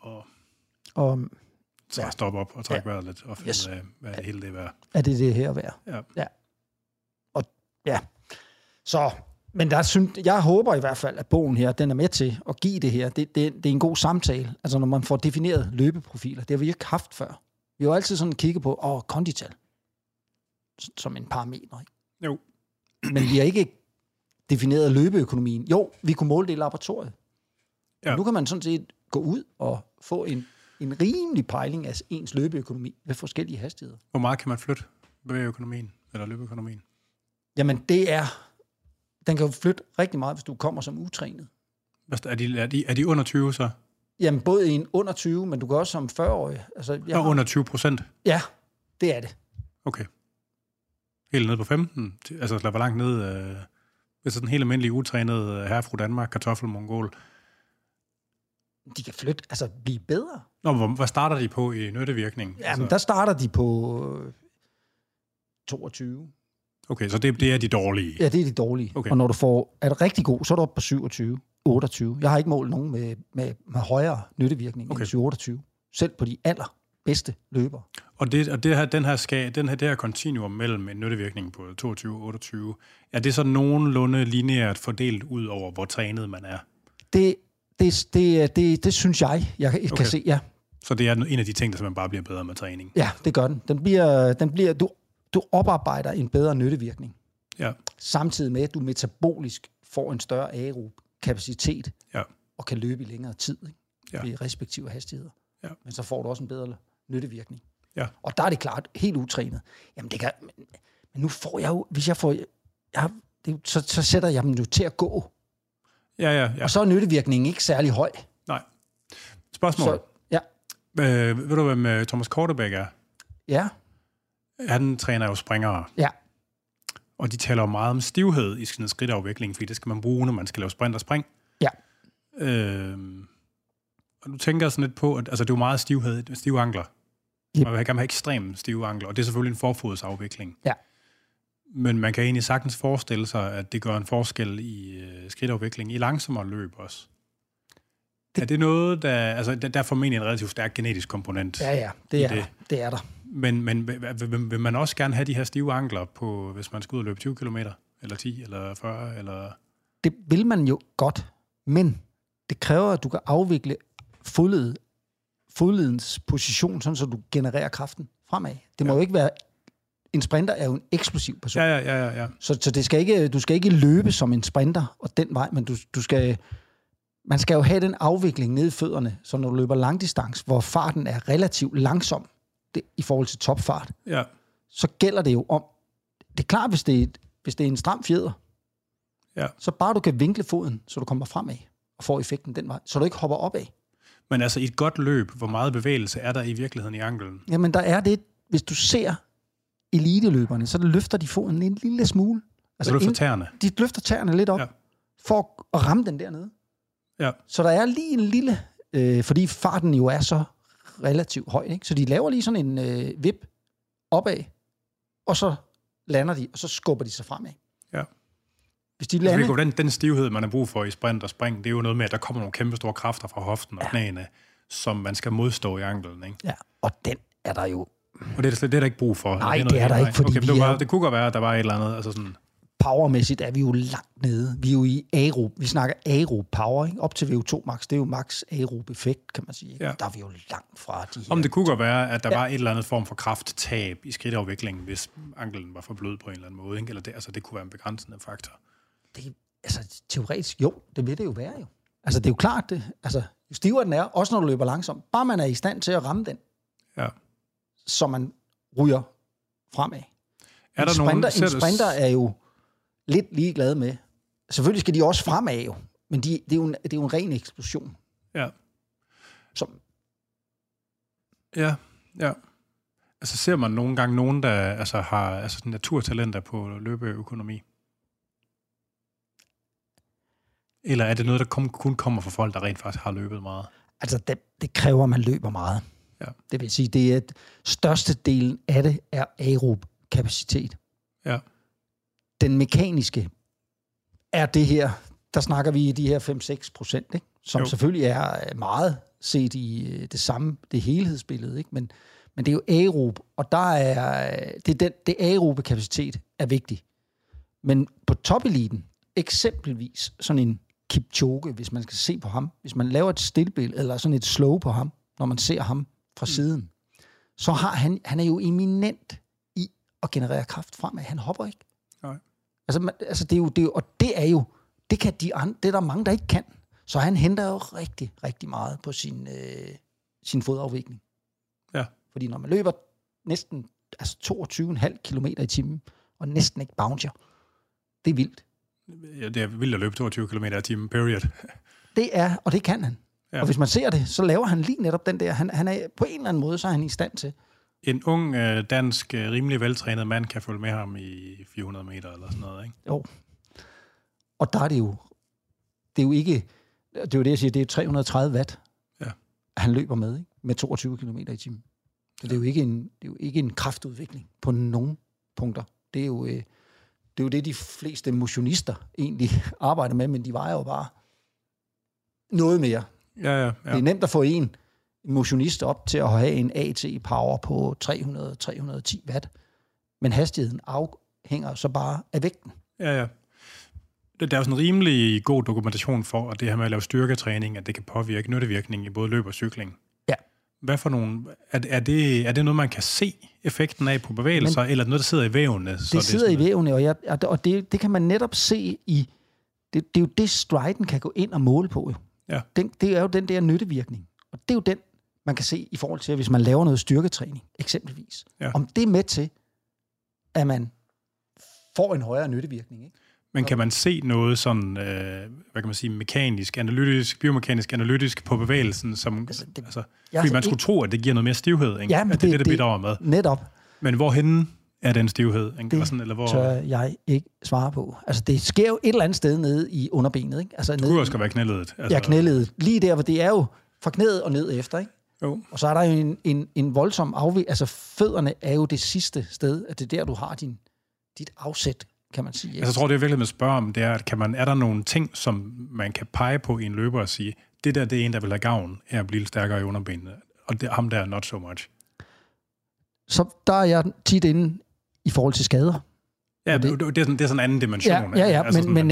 at stoppe op og trække vejret lidt, og finde ud af, hvad det hele det er værd. Er det her værd? Ja. Og så, men jeg håber i hvert fald, at bogen her, den er med til at give det her. Det er en god samtale. Altså når man får defineret løbeprofiler. Det har vi ikke haft før. Vi har jo altid sådan kigget på, kondital. Som en parameter, ikke? Jo. Men vi har ikke defineret løbeøkonomien. Jo, vi kunne måle det i laboratoriet. Ja. Nu kan man sådan set gå ud og få en rimelig pejling af ens løbeøkonomi ved forskellige hastigheder. Hvor meget kan man flytte bevægeøkonomien eller løbeøkonomien? Jamen, den kan jo flytte rigtig meget, hvis du kommer som utrænet. Er de under 20 så? Jamen, både i en under 20, men du kan også som 40-årig. Altså, under 20%? Ja, det er det. Okay. Helt ned på 15? Altså, hvor langt ned? Hvis sådan en helt almindelig utrænet herfru Danmark, kartoffelmongol. De kan flytte, altså blive bedre. Nå, hvad starter de på i nyttevirkning? Jamen, der starter de på 22. Okay, så det er de dårlige? Ja, det er de dårlige. Okay. Og når du er det rigtig god, så er du oppe på 27, 28. Jeg har ikke målt nogen med højere nyttevirkning end 28. Selv på de allerbedste løbere. Og det her kontinuum mellem en nyttevirkning på 22 og 28, er det så nogenlunde lineært fordelt ud over, hvor trænet man er? Det synes jeg kan se, ja. Så det er en af de ting, der simpelthen bare bliver bedre med træning? Ja, det gør den. Du oparbejder en bedre nyttevirkning. Ja. Samtidig med, at du metabolisk får en større aerob kapacitet og kan løbe i længere tid, ikke? I respektive hastigheder. Ja. Men så får du også en bedre nyttevirkning. Ja. Og der er det klart, helt utrænet. Jamen det kan... Men nu får jeg jo... Hvis jeg får... så sætter jeg dem jo til at gå. Ja. Og så er nyttevirkningen ikke særlig høj. Nej. Spørgsmål. Ved du, hvem Thomas Kortebæk er? Ja. Han træner jo springere. Ja. Og de taler jo meget om stivhed i sådan en skridtafvikling, fordi det skal man bruge, når man skal lave sprint og spring. Ja. Og du tænker sådan lidt på, at altså, det er jo meget stive ankler. Yep. Man vil gerne have ekstremt stive ankler, og det er selvfølgelig en forfodsafvikling. Ja. Men man kan egentlig sagtens forestille sig, at det gør en forskel i skridtafvikling i langsommere løb også. Er det noget, der er formentlig en relativt stærk genetisk komponent? Ja, det er der. Men vil man også gerne have de her stive ankler på, hvis man skal ud og løbe 20 km, eller 10, eller 40, eller... Det vil man jo godt, men det kræver, at du kan afvikle fodledens position, sådan så du genererer kraften fremad. Det må jo ikke være... En sprinter er jo en eksplosiv person. Ja. Så du skal ikke løbe som en sprinter og den vej, men man skal jo have den afvikling nede i fødderne, så når du løber langdistance, hvor farten er relativt langsom i forhold til topfart, så gælder det jo om... Det er klart, hvis det er en stram fjeder, så bare du kan vinkle foden, så du kommer fremad og får effekten den vej, så du ikke hopper opad. Men altså i et godt løb, hvor meget bevægelse er der i virkeligheden i anklen? Jamen der er det, hvis du ser eliteløberne, så løfter de foden en lille smule. Altså løfter tæerne? De løfter tæerne lidt op, for at ramme den dernede. Ja. Så der er lige en lille... fordi farten jo er så relativt højt, ikke? Så de laver lige sådan en vip opad, og så lander de, og så skubber de sig fremad. Ja. Hvis de lander... Den stivhed, man har brug for i sprint og spring, det er jo noget med, at der kommer nogle kæmpe store kræfter fra hoften og knæene, som man skal modstå i anklen, ikke? Ja, og den er der jo... Og det er der ikke brug for? Nej, det er der ikke, fordi det kunne godt være, at der var et eller andet, altså sådan... Powermæssigt er vi jo langt nede. Vi er jo i aerob. Vi snakker aerob power, ikke? Op til VO2 max. Det er jo max aerob effekt, kan man sige. Ikke? Ja. Der er vi jo langt fra de her... Om det kunne godt være, at der var et eller andet form for krafttab i skridtafviklingen, hvis anklen var for blød på en eller anden måde, ikke? Eller det kunne være en begrænsende faktor. Det, altså teoretisk, jo, det vil det jo være jo. Altså det er jo klart, det, altså jo stivere den er, også når du løber langsomt, bare man er i stand til at ramme den, så man ryger fremad. En sprinter er jo lidt ligeglad med. Selvfølgelig skal de også fremad jo, men det er jo en ren eksplosion. Ja. Som... Ja. Altså ser man nogle gange nogen, der har naturtalenter på løbeøkonomi? Eller er det noget, der kun kommer fra folk, der rent faktisk har løbet meget? Altså, det kræver, at man løber meget. Ja. Det vil sige, det er største delen af det er aerob kapacitet. Ja. Den mekaniske er det her, der snakker vi i de her 5-6%, ikke? Som selvfølgelig er meget set i det helhedsbillede, ikke? Men det er jo aerob, og der er det aerobe kapacitet er vigtig. Men på topeliten, eksempelvis sådan en Kipchoge, hvis man skal se på ham, hvis man laver et stillbillede eller sådan et slow på ham, når man ser ham fra siden, så har han er jo eminent i at generere kraft fremad. Han hopper ikke. Nej. Altså det er jo, og det er jo, det kan det er der mange, der ikke kan. Så han henter jo rigtig, rigtig meget på sin fodafvikling. Ja. Fordi når man løber næsten 22,5 km i timen, og næsten ikke bouncer, det er vildt. Ja, det er vildt at løbe 22 km i timen, period. Det er, og det kan han. Ja. Og hvis man ser det, så laver han lige netop den der. Han er på en eller anden måde, så er han i stand til. En ung, dansk, rimelig veltrænet mand kan følge med ham i 400 meter eller sådan noget, ikke? Jo. Og der er det er jo ikke, det er jo det, jeg siger, det er 330 watt, han løber med, ikke? Med 22 km i timen. Så det er jo ikke en kraftudvikling på nogen punkter. Det er jo det, de fleste motionister egentlig arbejder med, men de vejer jo bare noget mere. Ja. Det er nemt at få en motionist op til at have en AT-power på 300-310 watt, men hastigheden afhænger så bare af vægten. Ja. Der er jo sådan en rimelig god dokumentation for, at det her med at lave styrketræning, at det kan påvirke nyttevirkning i både løb og cykling. Ja. Hvad for nogle... Er det noget, man kan se effekten af på bevægelser, eller noget, der sidder i vævene? Det sidder i vævene, og det kan man netop se i... Det er jo det, striden kan gå ind og måle på. Jo. Ja. Det er jo den der nyttevirkning. Og det er jo den, man kan se i forhold til, hvis man laver noget styrketræning, eksempelvis. Ja. Om det er med til, at man får en højere nyttevirkning, ikke? Men kan man se noget sådan, hvad kan man sige, mekanisk, analytisk, biomekanisk, analytisk på bevægelsen, som, fordi man skulle tro, at det giver noget mere stivhed, ikke? Ja, men at det er det, der bidrager med. Netop. Men hvorhenne er den stivhed? Ikke? Det eller hvor... tør jeg ikke svare på. Altså, det sker jo et eller andet sted nede i underbenet, ikke? Altså, det kunne også være knæledet. Altså... Ja, knæledet. Lige der, hvor det er jo fra knæet og ned efter, ikke? Jo. Og så er der jo en voldsom afvig. Altså, fødderne er jo det sidste sted, at det er der, du har dit afsæt, kan man sige. Altså, jeg tror, det er virkelig med at spørge om, det er, at er der nogle ting, som man kan pege på i en løber og sige, det er en, der vil have gavn af at blive lidt stærkere i underbenene, og det, ham der not so much. Så der er jeg tit inde i forhold til skader. Ja, det er sådan en anden dimension. Ja, altså men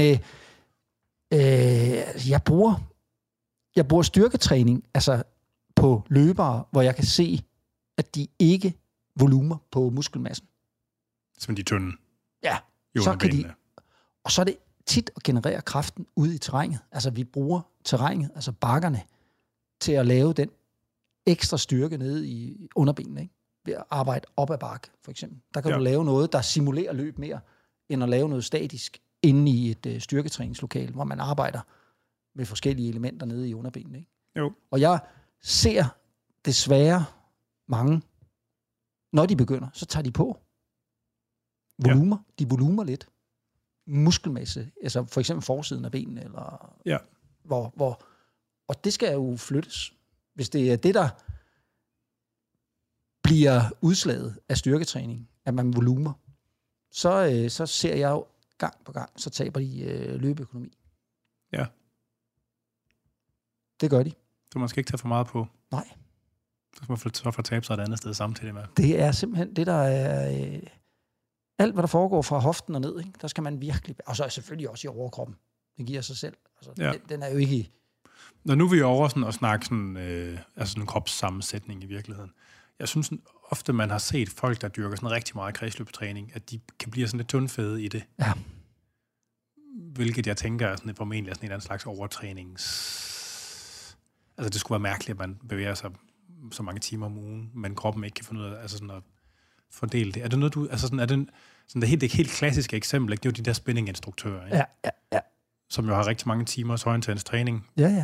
jeg bruger styrketræning altså på løbere, hvor jeg kan se, at de ikke volumer på muskelmassen. Som de tynde. Ja, så kan de, og så er det tit at generere kraften ude i terrænet. Altså vi bruger terrænet, altså bakkerne, til at lave den ekstra styrke nede i underbenene, ikke? Ved at arbejde op ad bakke, for eksempel. Der kan du lave noget, der simulerer løb mere, end at lave noget statisk inde i et styrketræningslokale, hvor man arbejder med forskellige elementer nede i underbenene, ikke? Jo. Og jeg ser desværre mange, når de begynder, så tager de på volumer. Ja. De volumer lidt. Muskelmasse, altså for eksempel forsiden af benene, eller hvor og det skal jo flyttes. Hvis det er det, der bliver udslaget af styrketræning, at man volumer, så ser jeg jo gang på gang, så taber de løbeøkonomi. Ja. Det gør de. Så man skal ikke tage for meget på. Nej. Så skal man så få tabe sig et andet sted samtidig med. Det er simpelthen det, der er... alt, hvad der foregår fra hoften og ned, ikke? Der skal man virkelig... Og så er selvfølgelig også i overkroppen. Det giver sig selv. Altså, ja. Den er jo ikke... Når nu er vi over sådan at snakke sådan, altså sådan en kropssammensætning i virkeligheden. Jeg synes sådan, ofte, man har set folk, der dyrker sådan rigtig meget kredsløbstræning, at de kan blive sådan lidt tyndfede i det. Ja. Hvilket jeg tænker er sådan formentlig sådan en eller anden slags overtrænings... Altså det skulle være mærkeligt, at man bevæger sig så mange timer om ugen, men kroppen ikke kan finde ud af altså sådan at fordele det. Er det noget, du... Altså sådan, er det sådan det helt klassiske eksempel, ikke? Det er jo de der spinning-instruktører, ikke? Ja. Som jo har rigtig mange timers højintens træning. Ja.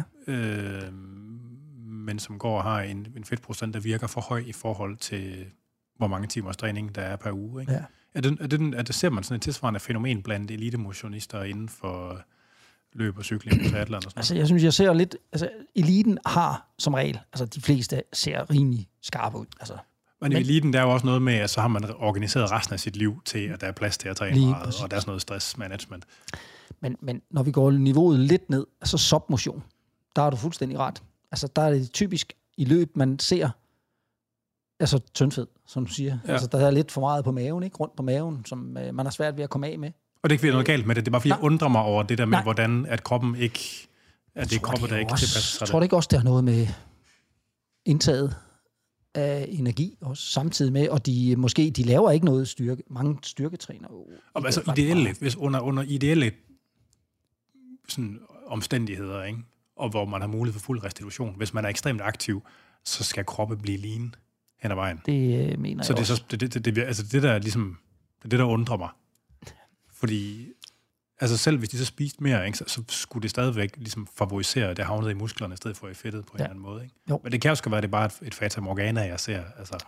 Men som går og har en fedtprocent, der virker for høj i forhold til, hvor mange timers træning der er per uge, ikke? Ja. Ser man sådan et tilsvarende fænomen blandt elitemotionister inden for løb og cykling og triathlon og sådan noget? Altså, jeg synes, jeg ser lidt... Altså, eliten har som regel... Altså, de fleste ser rimelig skarpe ud. Altså, men i eliten, der er jo også noget med, at så har man organiseret resten af sit liv til, at der er plads til at træne meget, præcis. Og der er sådan noget stressmanagement. Men når vi går niveauet lidt ned, altså submotion, der har du fuldstændig ret. Altså, der er det typisk i løb, man ser altså tyndfed, som du siger. Ja. Altså, der er lidt for meget på maven, ikke? Rundt på maven, som man har svært ved at komme af med. Og det er ikke noget galt med det. Det er bare fordi, jeg undrer mig over det der med, hvordan at kroppen ikke... At det er kroppen, der ikke tilpasser sig. Jeg tror ikke også, det har noget med indtaget af energi også samtidig med, og de laver ikke noget styrke. Mange styrketræner. Og altså ideelle, hvis under ideelle sådan, omstændigheder, ikke? Og hvor man har mulighed for fuld restitution, hvis man er ekstremt aktiv, så skal kroppen blive lean hen ad vejen. Det mener så jeg det også. Altså det der ligesom, det der undrer mig. Fordi altså selv hvis de så spiste mere, ikke, så skulle det stadigvæk ligesom favorisere, at det havnede i musklerne, i stedet for i fedtet på en eller anden måde. Ikke? Men det kan også være, at det er bare et fata morgana, jeg ser. Altså,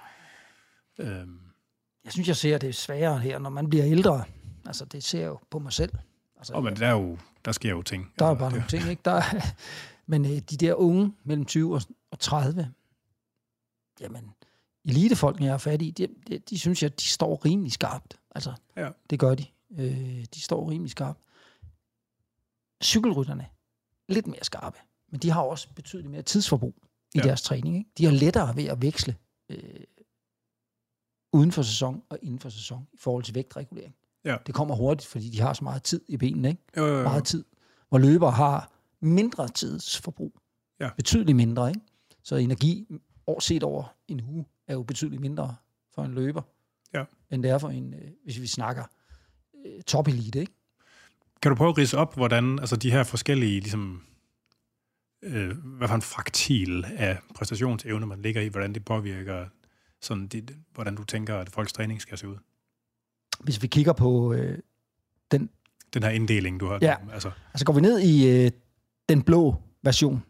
Jeg synes, jeg ser det sværere her, når man bliver ældre. Altså, det ser jeg jo på mig selv. Altså, men der sker jo ting. Der er bare nogle ting, ikke? Men de der unge mellem 20 og 30, jamen, elitefolkene, jeg er fat i, de synes jeg, de står rimelig skarpt. Altså, det gør de. De står rimelig skarpt. Cykelrytterne, lidt mere skarpe, men de har også betydeligt mere tidsforbrug i deres træning. Ikke? De har lettere ved at veksle uden for sæson og inden for sæson i forhold til vægtregulering. Ja. Det kommer hurtigt, fordi de har så meget tid i benene. Ikke? Jo. Meget tid. Hvor løbere har mindre tidsforbrug. Ja. Betydeligt mindre. Ikke? Så energi set over en uge er jo betydeligt mindre for en løber, end det er for en, hvis vi snakker top-elite, ikke? Kan du prøve at ridse op, hvordan altså de her forskellige, ligesom, hvad for en fraktil af præstationsevne, man ligger i, hvordan det påvirker, sådan hvordan du tænker, at folks træning skal se ud? Hvis vi kigger på den her inddeling, du har. Ja, altså går vi ned i den blå version,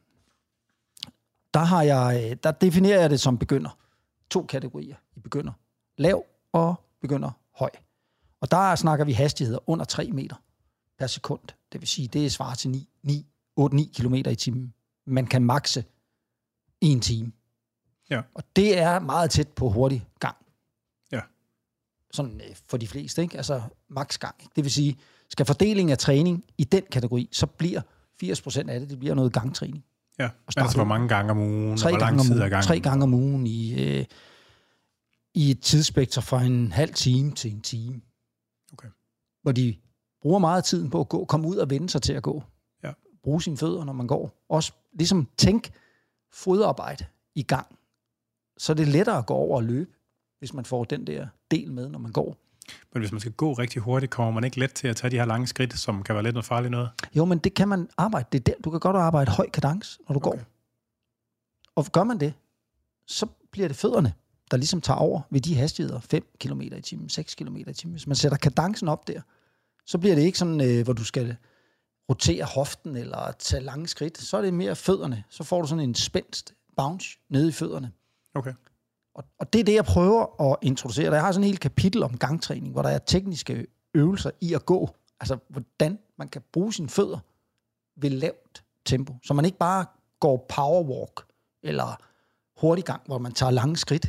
der definerer jeg det som begynder. 2 kategorier i begynder. Lav og begynder høj. Og der snakker vi hastigheder under 3 meter per sekund. Det vil sige, det svarer til 8-9 kilometer i timen. Man kan makse i en time. Ja. Og det er meget tæt på hurtig gang. Ja. Sådan for de fleste, ikke? Altså maks gang. Ikke? Det vil sige, skal fordelingen af træning i den kategori, så bliver 80% af det bliver noget gangtræning. Ja, altså hvor mange gange om ugen, og hvor lang tid ad gangen? 3 gange om ugen i et tidsspektrum fra en halv time til en time. Okay. Hvor de bruger meget tiden på at komme ud og vende sig til at gå. Ja. Bruge sine fødder, når man går. Også ligesom tænk fodarbejde i gang. Så er det lettere at gå over og løbe, hvis man får den der del med, når man går. Men hvis man skal gå rigtig hurtigt, kommer man ikke let til at tage de her lange skridt, som kan være lidt noget farligt noget? Jo, men det kan man arbejde. Det er der. Du kan godt arbejde høj kadence, når du går. Og gør man det, så bliver det fødderne, der ligesom tager over ved de hastigheder. 5 km i timen, 6 km i timen. Hvis man sætter kadencen op der, så bliver det ikke sådan, hvor du skal rotere hoften eller tage lange skridt. Så er det mere fødderne. Så får du sådan en spænst bounce nede i fødderne. Okay. Og det er det, jeg prøver at introducere. Jeg har sådan en helt kapitel om gangtræning, hvor der er tekniske øvelser i at gå. Altså, hvordan man kan bruge sine fødder ved lavt tempo. Så man ikke bare går powerwalk eller hurtig gang, hvor man tager lange skridt.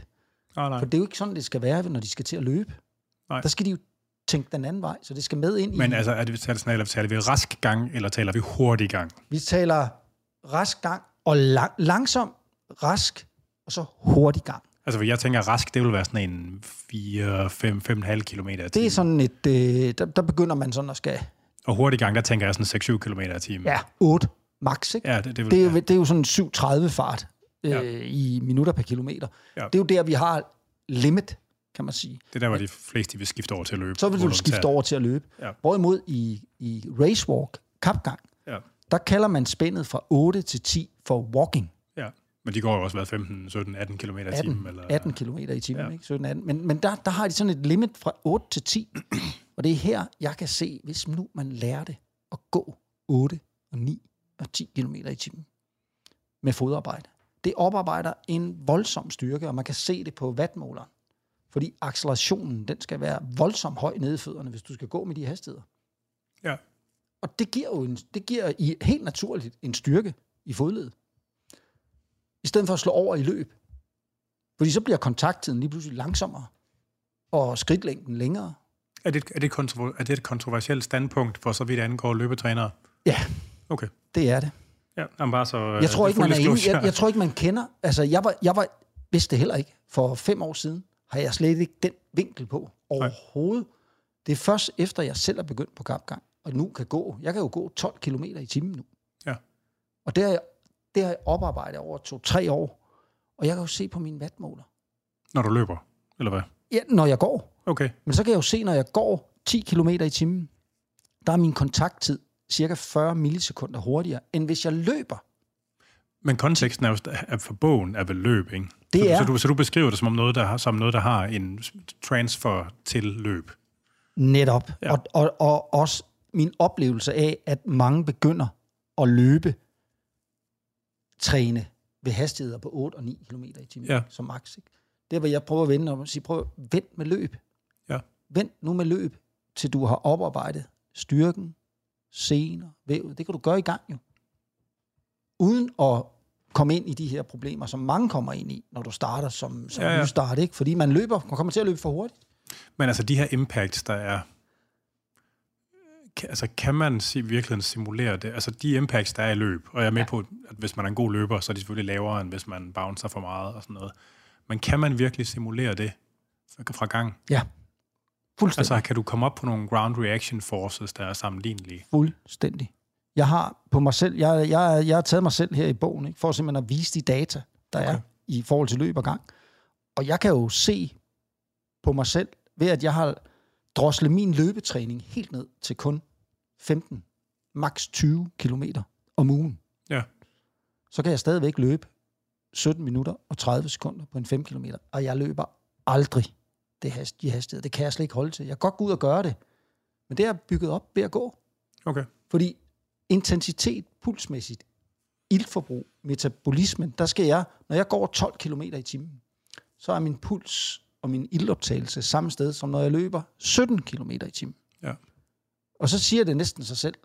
Nej. For det er jo ikke sådan, det skal være, når de skal til at løbe. Nej. Der skal de jo tænke den anden vej, så det skal med ind i... Men altså, taler vi rask gang, eller taler vi hurtig gang? Vi taler rask gang, og langsom, rask, og så hurtig gang. Altså, jeg tænker, rask, det vil være sådan en 4-5,5 kilometer i timen. Det er sådan et... Der begynder man sådan at skal... Og hurtig gang, der tænker jeg sådan 6-7 kilometer i timen. Ja, 8 max, ikke? Ja, det er jo sådan 7,30 fart i minutter per kilometer. Ja. Det er jo der, vi har limit, kan man sige. Det er der, hvor de fleste vil skifte over til at løbe. Så vil du skifte over til at løbe. Ja. Hvorimod i racewalk, kapgang, der kalder man spændet fra 8 til 10 for walking. Ja, men de går jo også været 15, 17, 18 km i timen. 18 km i timen, ikke? 17, 18. Men der har de sådan et limit fra 8 til 10. Og det er her, jeg kan se, hvis nu man lærer det at gå 8 og 9 og 10 km i timen med fodarbejde. Det oparbejder en voldsom styrke, og man kan se det på wattmåleren. Fordi accelerationen, den skal være voldsomt høj nede i fødderne, hvis du skal gå med de hastigheder. Ja. Og det giver helt naturligt en styrke i fodledet. I stedet for at slå over i løb. Fordi så bliver kontakttiden lige pludselig langsommere, og skridtlængden længere. Er det et kontroversielt standpunkt, for så vidt angår løbetrænere? Ja, okay. Det er det. Ja, bare så, jeg tror ikke, man er enig. Jeg tror ikke, man kender... Altså, jeg vidste det heller ikke. For 5 år siden har jeg slet ikke den vinkel på overhovedet. Nej. Det er først efter, jeg selv er begyndt på kapgang, og nu kan gå. Jeg kan jo gå 12 km i timen nu. Ja. Og det har jeg oparbejdet over 2-3 år. Og jeg kan jo se på min wattmåler. Når du løber, eller hvad? Ja, når jeg går. Okay. Men så kan jeg jo se, når jeg går 10 km i timen, der er min kontakttid cirka 40 millisekunder hurtigere, end hvis jeg løber. Men konteksten er jo for bogen er vel løb, ikke? Så du beskriver det som noget, der har en transfer til løb. Netop. Ja. Og også min oplevelse af, at mange begynder at løbe, træne ved hastigheder på 8 og 9 km i timen som max. Ikke? Det er, hvor jeg prøver at vende og sige, vent med løb. Ja. Vent nu med løb, til du har oparbejdet styrken, sener, væv. Det kan du gøre i gang jo. Uden at komme ind i de her problemer, som mange kommer ind i, når du starter som nystart, ikke? Fordi man kommer til at løbe for hurtigt. Men altså de her impacts, der er, kan man virkelig simulere det? Altså de impacts, der er i løb, og jeg er med på, at hvis man er en god løber, så er de selvfølgelig lavere, end hvis man bouncer for meget og sådan noget. Men kan man virkelig simulere det fra gang? Ja. Fuldstændig. Altså kan du komme op på nogle ground reaction forces, der er sammenlignelige? Fuldstændig. Jeg har på mig selv, jeg har taget mig selv her i bogen, ikke, for simpelthen at vise de data, der er i forhold til løb og gang. Og jeg kan jo se på mig selv, ved at jeg har droslet min løbetræning helt ned til kun 15, maks 20 kilometer om ugen. Ja. Så kan jeg stadigvæk løbe 17 minutter og 30 sekunder på en 5 kilometer, og jeg løber aldrig de hastigheder. Det kan jeg slet ikke holde til. Jeg kan godt gå ud og gøre det, men det er bygget op ved at gå. Okay. Fordi intensitet, pulsmæssigt, iltforbrug, metabolismen, der skal jeg, når jeg går 12 km i timen, så er min puls og min iltoptagelse samme sted, som når jeg løber 17 km i timen. Ja. Og så siger det næsten sig selv,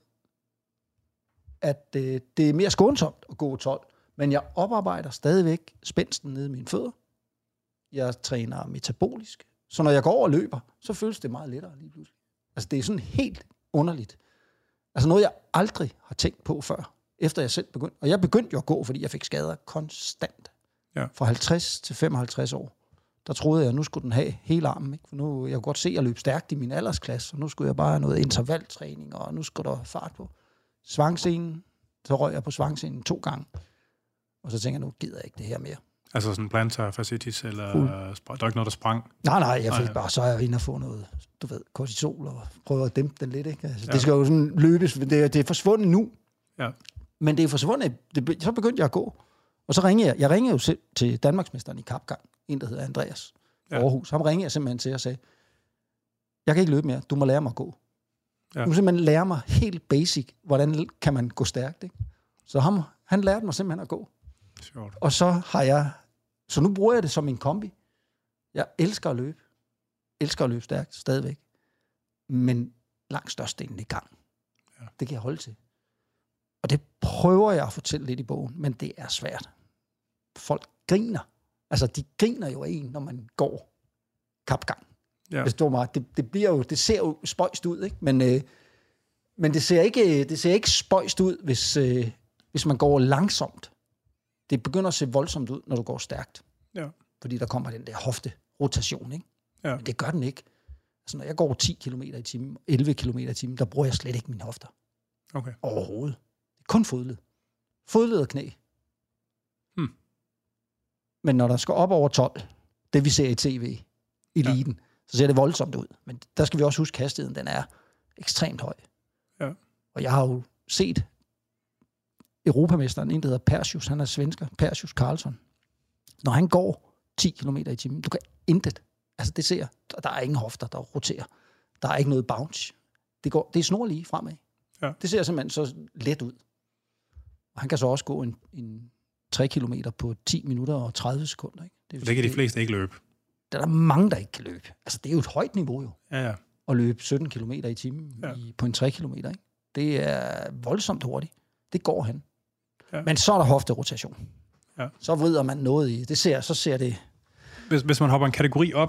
at det er mere skånsomt at gå 12, men jeg oparbejder stadigvæk spændsten nede i mine fødder. Jeg træner metabolisk, så når jeg går og løber, så føles det meget lettere lige pludselig. Altså det er sådan helt underligt. Altså noget, jeg aldrig har tænkt på før, efter jeg selv begyndte. Og jeg begyndte jo at gå, fordi jeg fik skader konstant. Ja. Fra 50 til 55 år. Der troede jeg, at nu skulle den have hele armen. Ikke? For nu, jeg kunne godt se, at jeg løb stærkt i min aldersklasse, og nu skulle jeg bare have noget intervaltræning, og nu skulle der fart på. Svangscenen, så røg jeg på svangscenen 2 gange. Og så tænker jeg, nu gider jeg ikke det her mere. Altså sådan plantar fasciitis, eller der er ikke noget, der sprang? Nej, jeg fik bare, så er jeg inde og få noget, du ved, kortisol, og prøve at dæmpe den lidt, ikke? Altså, det skal jo sådan løbes, det er forsvundet nu. Ja. Men det er forsvundet, så begyndte jeg at gå. Og så ringede jeg ringede jo selv til Danmarksmesteren i kapgang, en der hedder Andreas Aarhus. Ham ringede jeg simpelthen til og sagde, jeg kan ikke løbe mere, du må lære mig at gå. Ja. Du må simpelthen lære mig helt basic, hvordan kan man gå stærkt, ikke? Så han lærte mig simpelthen at gå. Sjort. Og så nu bruger jeg det som en kombi. Jeg elsker at løbe. Elsker at løbe stærkt, stadigvæk. Men langt størstedelen i gang. Ja. Det kan jeg holde til. Og det prøver jeg at fortælle lidt i bogen, men det er svært. Folk griner, Altså, de griner jo af en, når man går kapgang. Ja. Hvis du mig, det ser jo spøjst ud, ikke? Men det ser ikke spøjst ud, hvis man går langsomt. Det begynder at se voldsomt ud, når du går stærkt. Ja. Fordi der kommer den der hofterotation, ikke? Ja. Men det gør den ikke. Altså, når jeg går 10 km i timen, 11 km i timen, der bruger jeg slet ikke mine hofter. Okay. Overhovedet. Det er kun fodled. Fodled og knæ. Men når der skal op over 12, det vi ser i tv, eliten, så ser det voldsomt ud. Men der skal vi også huske, at hastigheden, den er ekstremt høj. Ja. Og jeg har jo set europamesteren, en der hedder Perseus, han er svensker, Perseus Karlsson. Når han går 10 km i timen, du kan intet. Altså det ser, der er ingen hofter, der roterer. Der er ikke noget bounce. Det er snorlige fremad. Ja. Det ser simpelthen så let ud. Og han kan så også gå en 3 kilometer på 10 minutter og 30 sekunder. Ikke? Det kan de fleste ikke løbe. Der er mange, der ikke kan løbe. Altså, det er jo et højt niveau jo. Ja. At løbe 17 km i timen på en 3 kilometer. Ikke? Det er voldsomt hurtigt. Det går han. Ja. Men så er der hofterotation. Ja. Så vrider man noget i. Så ser det... Hvis man hopper en kategori op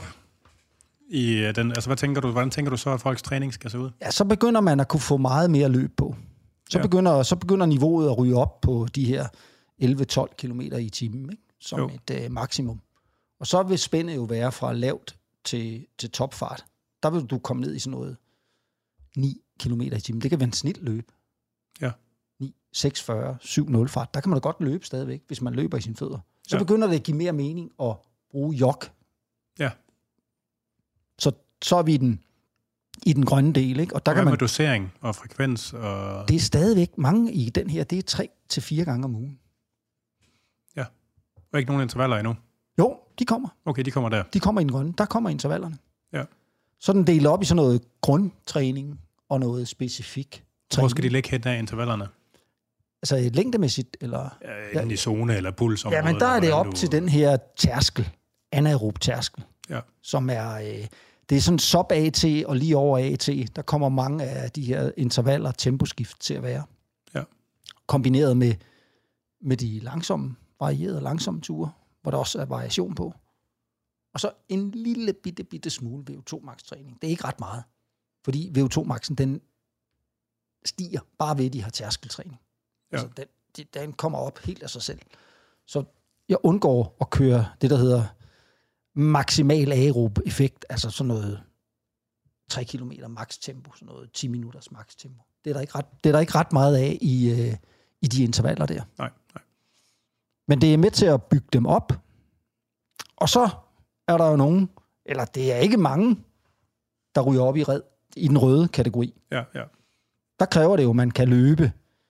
i den, altså hvordan tænker du så, at folks træning skal se ud? Ja, så begynder man at kunne få meget mere løb på. Så begynder niveauet at ryge op på de her 11-12 km i timen, ikke? Som et maksimum. Og så vil spændet jo være fra lavt til topfart. Der vil du komme ned i sådan noget 9 km i timen. Det kan være en snit løb. Ja. 9, 6, 40, 7, 0 fart. Der kan man da godt løbe stadigvæk, hvis man løber i sine fødder. Så begynder det at give mere mening at bruge jog. Ja. Så er vi i den grønne del, ikke? Og der kan man med dosering og frekvens og... Det er stadigvæk mange i den her. Det er 3 til 4 gange om ugen. Ja. Og ikke nogen intervaller endnu? Jo, de kommer. Okay, de kommer der. De kommer i den grønne. Der kommer intervallerne. Ja. Så den deler op i sådan noget grundtræning og noget specifik træning. Hvor skal de ligge hen af intervallerne? Altså længdemæssigt, eller... Enten i zone eller pulsområde? Ja, men der er det op til den her tærskel. Anaerob tærskel. Ja. Som er... det er sådan sub-AT og lige over AT. Der kommer mange af de her intervaller, temposkift til at være. Ja. Kombineret med de varierede langsomme ture, hvor der også er variation på. Og så en lille bitte smule VO2 max træning. Det er ikke ret meget. Fordi VO2 maxen, den stiger bare ved, at de har tærskeltræning. Ja. Altså, den kommer op helt af sig selv. Så jeg undgår at køre det, der hedder maksimal aerob effekt, altså sådan noget 3 km max tempo, sådan noget 10 minutters max tempo. Det er der ikke ret meget af i de intervaller der. Nej. Men det er med til at bygge dem op. Og så er der jo nogen, eller det er ikke mange, der ryger op i den røde kategori. Ja. Der kræver det jo, at man kan løbe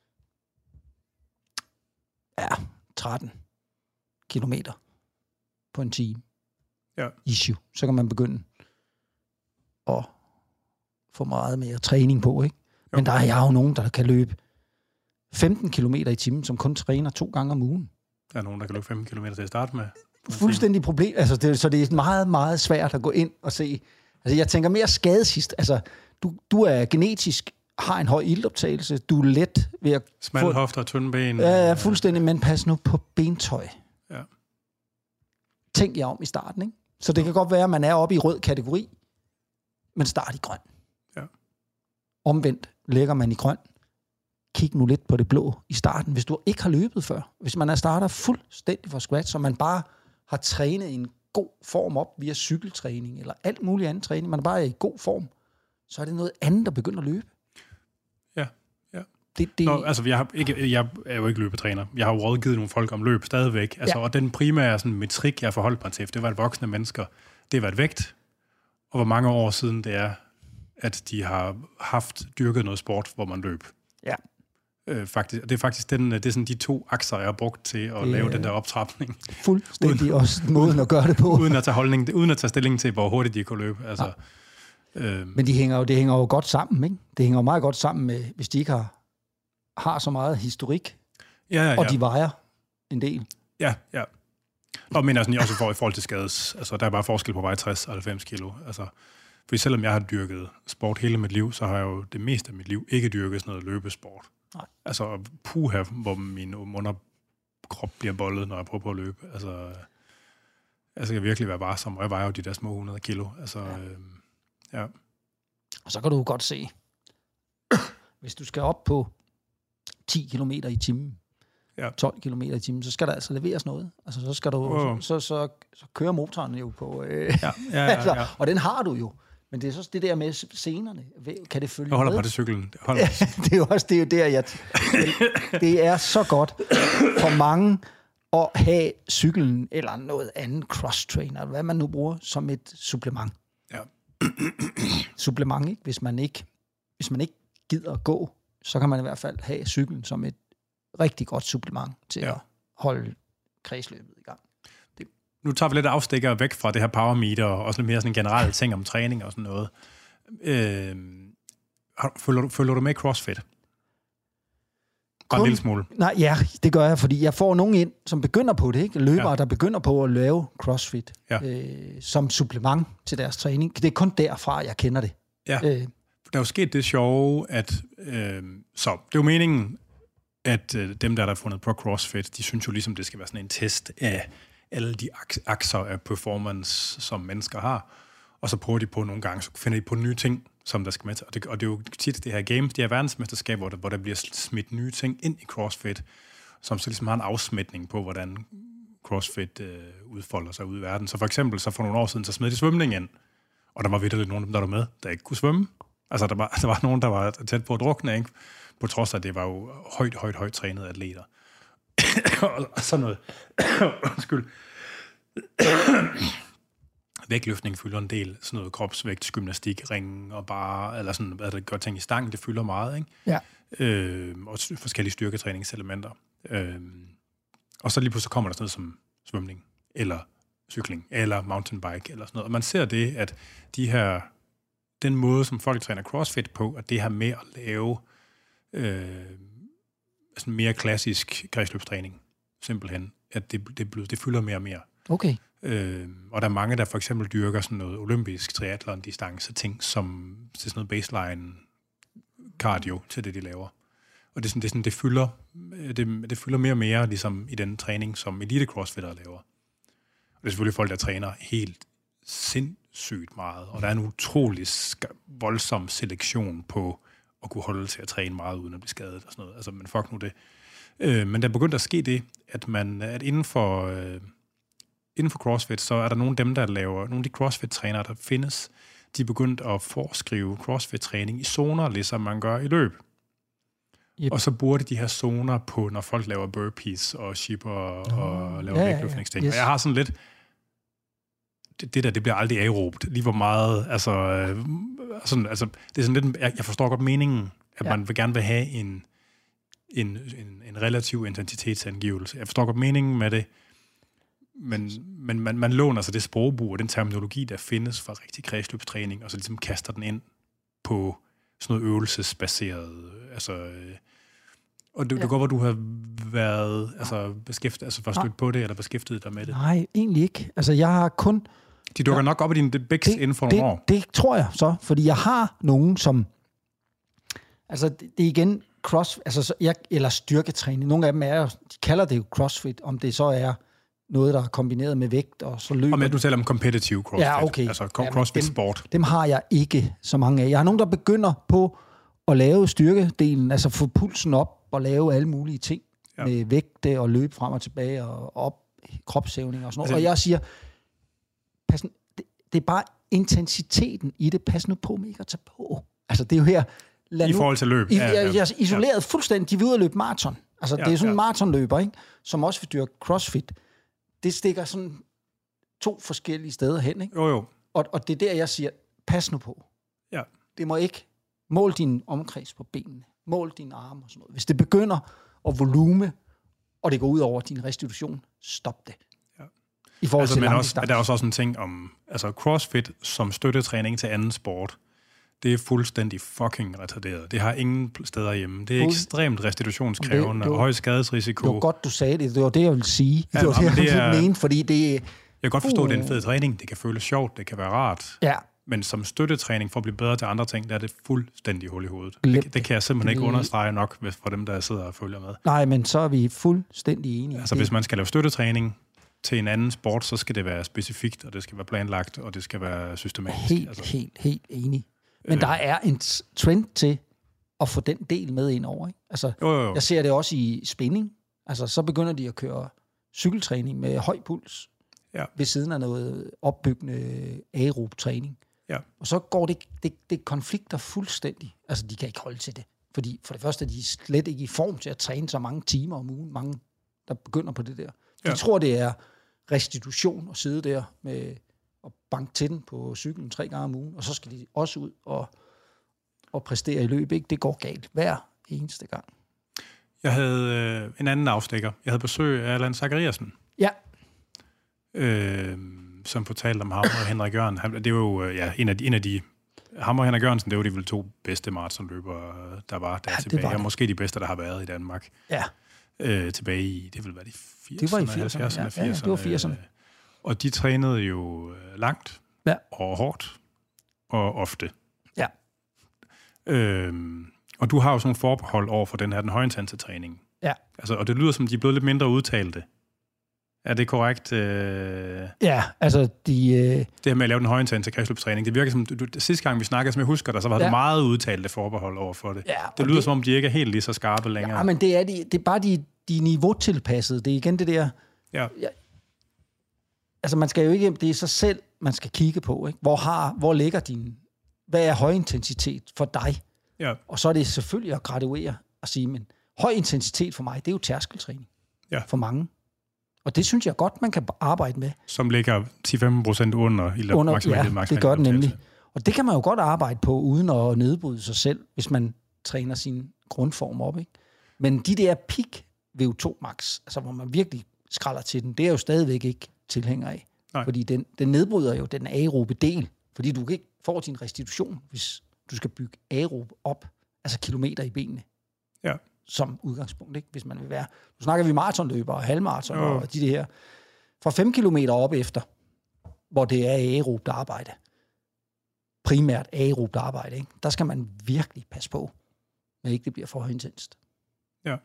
13 kilometer på en time. Ja. Issue. Så kan man begynde at få meget mere træning på, ikke? Jo. Men der er jo nogen, der kan løbe 15 kilometer i timen, som kun træner 2 gange om ugen. Der er nogen, der kan løbe 15 kilometer til at starte med. Fuldstændig problem. Altså, så det er meget, meget svært at gå ind og se. Altså, jeg tænker mere skadesist. Altså, du er genetisk, har en høj iltoptagelse, du er let ved at... Smalle hofter og tynde ben. Ja, fuldstændig, men pas nu på bentøj. Ja. Tænk jer om i starten, ikke? Så det kan godt være, at man er oppe i rød kategori, men start i grøn. Ja. Omvendt lægger man i grøn. Kig nu lidt på det blå i starten, hvis du ikke har løbet før. Hvis man starter fuldstændig fra scratch, så man bare har trænet en god form op via cykeltræning eller alt muligt andet træning, man er bare i god form, så er det noget andet, der begynder at løbe. Ja. Nå, altså, jeg er jo ikke løbetræner. Jeg har jo rådgivet nogle folk om løb stadigvæk. Altså, og den primære sådan, metrik, jeg forholdt mig til, det var, at voksne mennesker, det var et vægt, og hvor mange år siden det er, at de har dyrket noget sport, hvor man løb. Ja. Faktisk, det er faktisk det er sådan de 2 akser, jeg har brugt til at lave den der optrapning. Fuldstændig også måden at gøre det på. uden at tage stilling til, hvor hurtigt de kunne løbe. Altså, men det hænger jo godt sammen, ikke? Det hænger jo meget godt sammen med, hvis de ikke har så meget historik, og de vejer en del. Ja. Og men altså, også i forhold til skades. Altså, der er bare forskel på veje 60 og 90 kilo. Altså, for selvom jeg har dyrket sport hele mit liv, så har jeg jo det meste af mit liv ikke dyrket sådan noget løbesport. Nej. Altså, puha, hvor min underkrop bliver bollet, når jeg prøver på at løbe. Altså, Altså, jeg virkelig være varsom, og jeg vejer jo de der små 100 kilo. Altså, ja. Og så kan du godt se, hvis du skal op på 10 km i timen, 12 km i timen, så skal der altså leveres noget. Altså, så skal du, så kører motoren jo på... altså, og den har du jo. Men det er så det der med scenerne. Kan det følge jeg holder med? på det cyklen. Det er jo der, det er så godt for mange at have cyklen eller noget andet cross-trainer, hvad man nu bruger, som et supplement. Ja. Supplement, ikke? Hvis man ikke gider at gå, så kan man i hvert fald have cyklen som et rigtig godt supplement til at holde kredsløbet i gang. Nu tager vi lidt afstikker væk fra det her power meter, og også lidt mere sådan en generelle ting om træning og sådan noget. Følger du med CrossFit? Bare en lille smule. Nej, ja, det gør jeg, fordi jeg får nogen ind, som begynder på det, ikke? Løbere, der begynder på at lave CrossFit som supplement til deres træning. Det er kun derfra, jeg kender det. Ja. Der er jo sket det sjove, at så det er jo meningen, at dem, der har fundet på CrossFit, de synes jo ligesom, det skal være sådan en test af alle de akser af performance, som mennesker har. Og så prøver de på nogle gange, så finder de på nye ting, som der skal med til. Og det er jo tit det her games, de her verdensmesterskaber, hvor der bliver smidt nye ting ind i CrossFit, som så ligesom har en afsmitning på, hvordan CrossFit udfolder sig ud i verden. Så for eksempel, så for nogle år siden, så smed de svømning ind. Og der var vitterligt nogen af dem, der var med, der ikke kunne svømme. Altså, der var nogen, der var tæt på at drukne, ikke? På trods af, at det var jo højt trænede atleter. Og sådan noget. Undskyld. Vægtløftning fylder en del, sådan noget kropsvægt, gymnastik, ring og bare, eller sådan, hvad der gør ting i stangen, det fylder meget, ikke? Ja. Og forskellige styrketræningselementer. Og så lige pludselig kommer der sådan noget som svømning, eller cykling, eller mountainbike, eller sådan noget. Og man ser det, at den måde, som folk træner CrossFit på, at det her med at lave sådan mere klassisk kredsløbstræning, simpelthen, at det fylder mere og mere. Okay. Og der er mange, der for eksempel dyrker sådan noget olympisk triathlon-distance ting, som det er sådan noget baseline cardio til det, de laver. Og det fylder mere og mere, ligesom i den træning, som elite crossfitter laver. Og det er selvfølgelig folk, der træner helt sindssygt meget, og der er en utrolig voldsom selektion på at kunne holde til at træne meget, uden at blive skadet og sådan noget. Altså, men fuck nu det. Men der er begyndt at ske det, at inden for CrossFit, så er der nogle af dem, der laver, nogle af de CrossFit-trænere, der findes, de er begyndt at foreskrive CrossFit-træning i zoner, ligesom man gør i løb. Yep. Og så bruger de her zoner på, når folk laver burpees og shipper og laver vægtløftningsting. Yes. Og jeg har sådan lidt, det bliver aldrig aerobt. Lige hvor meget, det er sådan lidt, jeg forstår godt meningen, at man gerne vil have en relativ intensitetsangivelse. Jeg forstår godt meningen med det, men man låner sig det sprogbrug og den terminologi, der findes for rigtig kredsløbstræning, og så ligesom kaster den ind på sådan noget øvelsesbaseret, og det går, hvor du har været beskæftiget, stødt på det, eller beskæftiget dig med det? Nej, egentlig ikke. Altså, jeg har kun... De dukker nok op i din bæks inden for nogle år. Det tror jeg så, fordi jeg har nogen, som... Altså, det er igen eller styrketræning. Nogle af dem de kalder det jo CrossFit, om det så er noget, der er kombineret med vægt, og så løber... Og med, du taler om competitive CrossFit, ja, okay. Altså CrossFit-sport. Dem har jeg ikke så mange af. Jeg har nogen, der begynder på at lave styrkedelen, altså få pulsen op og lave alle mulige ting med vægte og løbe frem og tilbage og op, kropshævning og sådan noget. Og jeg siger, det er bare intensiteten i det. Pas nu på med ikke at tage på. Altså, det er jo her... I forhold til løb. Jeg er isoleret fuldstændig. De vil ud og løbe maraton. Altså, det er sådan en maratonløber, ikke? Som også vil dyrke CrossFit. Det stikker sådan 2 forskellige steder hen, ikke? Jo. Og det er der, jeg siger, pas nu på. Ja. Det må ikke måle din omkreds på benene. Mål dine arme og sådan noget. Hvis det begynder at volume, og det går ud over din restitution, stop det. Ja. I forhold til langdistance. Der er også en ting om, CrossFit som støttetræning til anden sport, det er fuldstændig fucking retarderet. Det har ingen steder hjemme. Det er ekstremt restitutionskrævende og høj skadesrisiko. Det var godt, du sagde det. Det var det, jeg ville sige. Det var det, jeg ville mene, fordi det... Jeg kan godt forstå, at det er en fed træning. Det kan føles sjovt. Det kan være rart. Ja. Men som støttetræning for at blive bedre til andre ting, der er det fuldstændig hul i hovedet. Det kan jeg simpelthen ikke understrege nok for dem, der sidder og følger med. Nej, men så er vi fuldstændig enige. Altså, hvis man skal lave støttetræning til en anden sport, så skal det være specifikt, og det skal være planlagt, og det skal være systematisk. Helt enig. Men der er en trend til at få den del med ind over. Ikke? Altså, jo. Jeg ser det også i spinning. Altså, så begynder de at køre cykeltræning med høj puls ved siden af noget opbyggende aerob træning. Ja. Og så går det konflikter fuldstændig. Altså, de kan ikke holde til det. Fordi for det første er de slet ikke i form til at træne så mange timer om ugen. Mange, der begynder på det der. De tror, det er restitution at sidde der med og banke til den på cyklen 3 gange om ugen, og så skal de også ud og præstere i løb. Ikke? Det går galt hver eneste gang. Jeg havde en anden afstikker. Jeg havde besøg af Allan Zachariasen. Ja. Som fortalte om ham og Henrik Jørgen. Det er jo en af de... Ham og Henrik Jørgensen, det var de vel 2 bedste maratonløbere, der var der tilbage. Og måske de bedste, der har været i Danmark. Ja. Tilbage i, det ville være de 80'erne, det var i 80'erne, 70'erne, 80'erne. Ja, det var 80'erne. Og de trænede jo langt og hårdt og ofte. Ja. Og du har jo sådan en forbehold over for den højintense træning. Ja. Altså, og det lyder som, de er blevet lidt mindre udtalte. Er det korrekt? Ja, altså det her med at lave den højintense kredsløbstræning, det virker som, sidste gang vi snakkede, som jeg husker dig, så var du meget udtalte forbehold over for det. Ja, det lyder som om, de ikke er helt lige så skarpe længere. Ja, men det er bare de niveautilpassede. Det er igen det der... Ja. Altså, man skal jo ikke... Det er sig selv, man skal kigge på. Ikke? Hvor ligger din... Hvad er højintensitet for dig? Ja. Og så er det selvfølgelig at graduere og sige, men høj intensitet for mig, det er jo tærskeltræning for mange. Og det synes jeg godt, man kan arbejde med. Som ligger 10-15% under maksimalt. Det gør den nemlig. Og det kan man jo godt arbejde på, uden at nedbryde sig selv, hvis man træner sin grundform op. Ikke? Men de der peak VO2 max, altså hvor man virkelig skralder til den, det er jo stadigvæk ikke tilhænger af. Nej. Fordi den nedbryder jo den aerobe del. Fordi du ikke får din restitution, hvis du skal bygge aerob op, altså kilometer i benene. Ja. Som udgangspunkt, ikke? Hvis man vil være. Nu snakker vi maratonløbere og halvmaraton og de her. Fra 5 kilometer op efter, hvor det er aerobt arbejde, primært aerobt arbejde, ikke? Der skal man virkelig passe på, at ikke det bliver for intenst. Ja.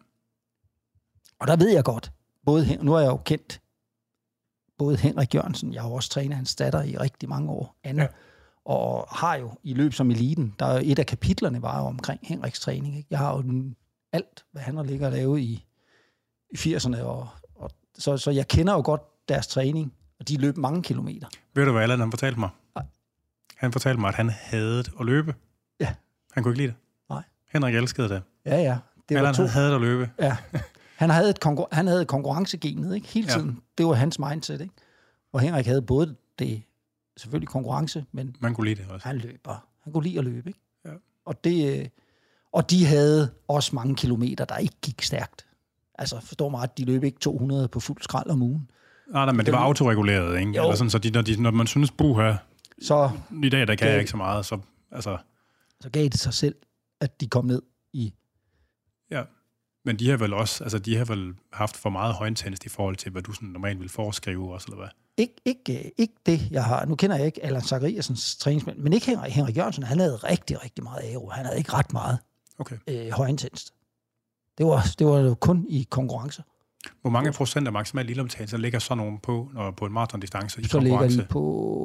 Og der ved jeg godt, nu har jeg jo kendt både Henrik Jørgensen, jeg har også trænet hans datter i rigtig mange år, Anna, og har jo i løb som eliten, der er et af kapitlerne var jo omkring Henriks træning. Ikke? Jeg har jo alt, hvad han har ligget og lavet i 80'erne, så jeg kender jo godt deres træning, og de løb mange kilometer. Ved du, hvad Allan han fortalte mig? Nej. Han fortalte mig, at han hadede at løbe. Ja. Han kunne ikke lide det. Nej. Henrik elskede det. Ja. Det Allan han hadede at løbe. Ja. Han havde konkurrencegenet, ikke? Hele tiden. Det var hans mindset, ikke? Og Henrik havde både det, selvfølgelig konkurrence, men man kunne lide det også. Han løber. Han kunne lide at løbe, ikke? Ja. Og de havde også mange kilometer, der ikke gik stærkt. Altså, forstår mig ret, de løb ikke 200 på fuld skrald om ugen. Nej, men det var autoreguleret, ikke? Eller sådan, så når man synes, så i dag, der kan jeg ikke så meget, så gav det sig selv, at de kom ned i... Ja, men de har vel også, altså de har vel haft for meget højintens i forhold til, hvad du sådan normalt vil foreskrive også, eller hvad? Ikke det, jeg har. Nu kender jeg ikke Allan Zachariasens træningsmænd, men ikke Henrik Jørgensen. Han havde rigtig, rigtig meget aero. Han havde ikke ret meget højintenst. Det var jo kun i konkurrencer. Hvor mange procent af maksimal lilleomtagelse ligger så nogen på en maratondistance i så konkurrence? Så ligger de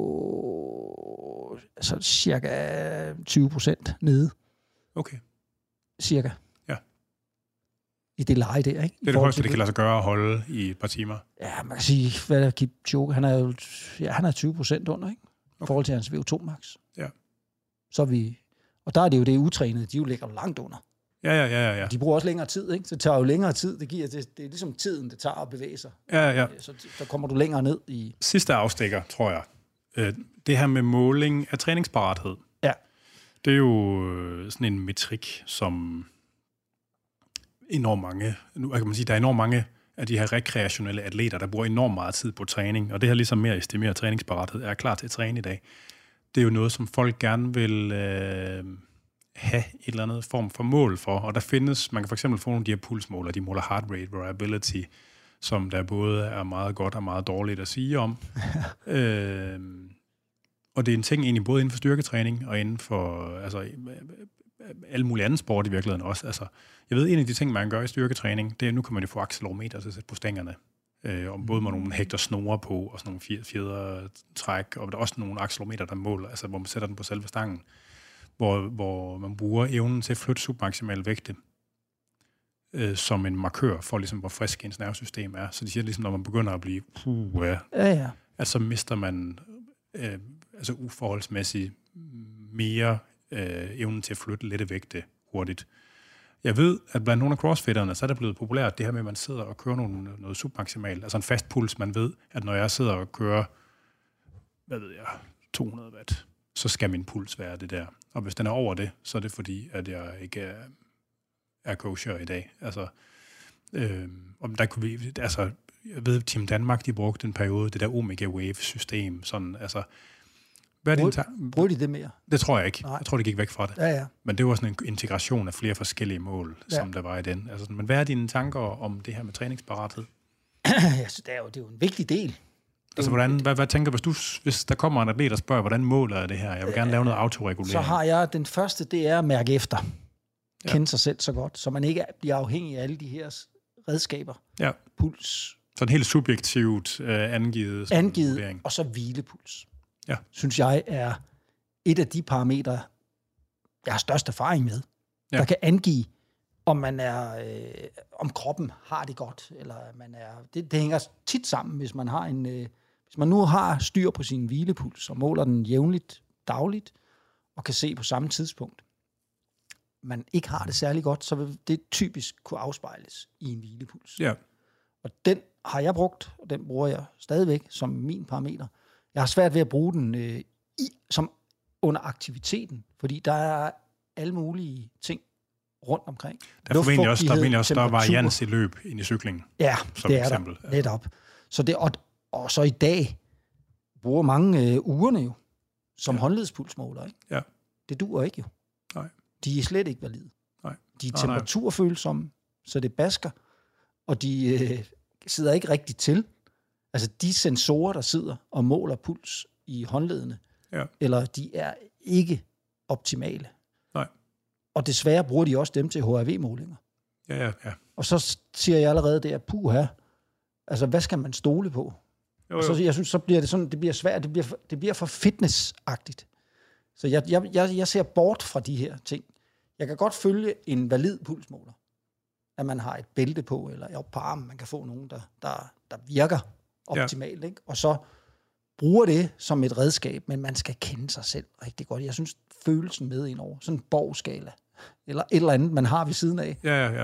på cirka 20% nede. Okay. Cirka. Ja. I det leje der, ikke? Det er det højeste, det kan lade sig gøre at holde i et par timer. Ja, man kan sige, hvad der Kipchoge, han er 20% under, ikke? I forhold til hans VO2 max. Ja. Så og der er det jo det utrænede, de jo ligger langt under. Ja. De bruger også længere tid, ikke? Så det tager jo længere tid. Det er ligesom tiden, det tager at bevæge sig. Ja. Så der kommer du længere ned i... Sidste afstikker, tror jeg. Det her med måling af træningsparathed. Ja. Det er jo sådan en metrik, som enormt mange... Nu kan man sige, der er enormt mange af de her rekreationelle atleter, der bruger enormt meget tid på træning. Og det her ligesom mere estimeret træningsparathed er klar til at træne i dag. Det er jo noget, som folk gerne vil... have et eller andet form for mål for, og der findes, man kan for eksempel få nogle af de her pulsmåler, de måler heart rate variability, som der både er meget godt og meget dårligt at sige om. Og det er en ting egentlig både inden for styrketræning og inden for alle mulige andre sport i virkeligheden også. Altså, jeg ved, en af de ting, man gør i styrketræning, det er, nu kan man jo få accelerometer til at sætte på stængerne. og både med nogle hægter snore på, og sådan nogle fjedertræk, og der er også nogle accelerometer, der måler, altså hvor man sætter den på selve stangen, hvor man bruger evnen til at flytte submaximal vægte som en markør for, ligesom, hvor frisk ens nervesystem er. Så de siger, ligesom, når man begynder at blive at så mister man altså uforholdsmæssigt mere evnen til at flytte lette vægte hurtigt. Jeg ved, at blandt nogle af crossfitterne, så er det blevet populært, det her med, at man sidder og kører noget submaksimalt, altså en fast puls. Man ved, at når jeg sidder og kører, 200 watt, så skal min puls være det der. Og hvis den er over det, så er det fordi, at jeg ikke er kosher i dag. Altså, om der kunne vi, altså, jeg ved, Team Danmark, de brugte en periode, det der Omega Wave-system, sådan, altså, bruger de det mere? Det tror jeg ikke. Nej. Jeg tror, det gik væk fra det. Ja. Men det var sådan en integration af flere forskellige mål, som der var i den. Altså, men hvad er dine tanker om det her med træningsparathed? Altså, det er jo en vigtig del. Altså, hvad tænker du, hvis der kommer en atlet og spørger, hvordan måler er det her? Jeg vil gerne lave noget autoregulering. Så har jeg, den første, det er at mærke efter. Kende sig selv så godt, så man ikke bliver afhængig af alle de her redskaber. Ja. Puls. Så en helt subjektivt angivet vurdering. Og så hvilepuls. Ja. Synes jeg er et af de parametre, jeg har størst erfaring med, der kan angive, om man er, om kroppen har det godt, eller man er. Det hænger tit sammen, hvis man har hvis man nu har styr på sin hvilepuls og måler den jævnligt, dagligt, og kan se på samme tidspunkt, man ikke har det særlig godt, så vil det typisk kunne afspejles i en hvilepuls. Ja. Og den har jeg brugt, og den bruger jeg stadigvæk som min parameter. Jeg har svært ved at bruge den som under aktiviteten, fordi der er alle mulige ting rundt omkring. Der er formentlig også der varians i løb ind i cyklingen. Ja, det er eksempel. Der netop. Så det, og så i dag bruger mange ugerne jo som håndledspulsmåler. Ikke? Ja. Det duer ikke jo. Nej. De er slet ikke valide. Nej. De er temperaturfølsomme, så det basker, og de sidder ikke rigtigt til. Altså de sensorer, der sidder og måler puls i håndledene, eller de er ikke optimale. Nej. Og desværre bruger de også dem til HRV-målinger. Ja. Og så siger jeg allerede der, puha, altså hvad skal man stole på? Jo. Så jeg synes, så bliver det sådan, det bliver svært, det bliver for fitnessagtigt. Så jeg ser bort fra de her ting. Jeg kan godt følge en valid pulsmåler, at man har et bælte på, eller op på armen, man kan få nogen, der virker optimalt, ikke? Og så bruger det som et redskab, men man skal kende sig selv rigtig godt. Jeg synes, følelsen med ind over, sådan en borgskala, eller et eller andet, man har ved siden af,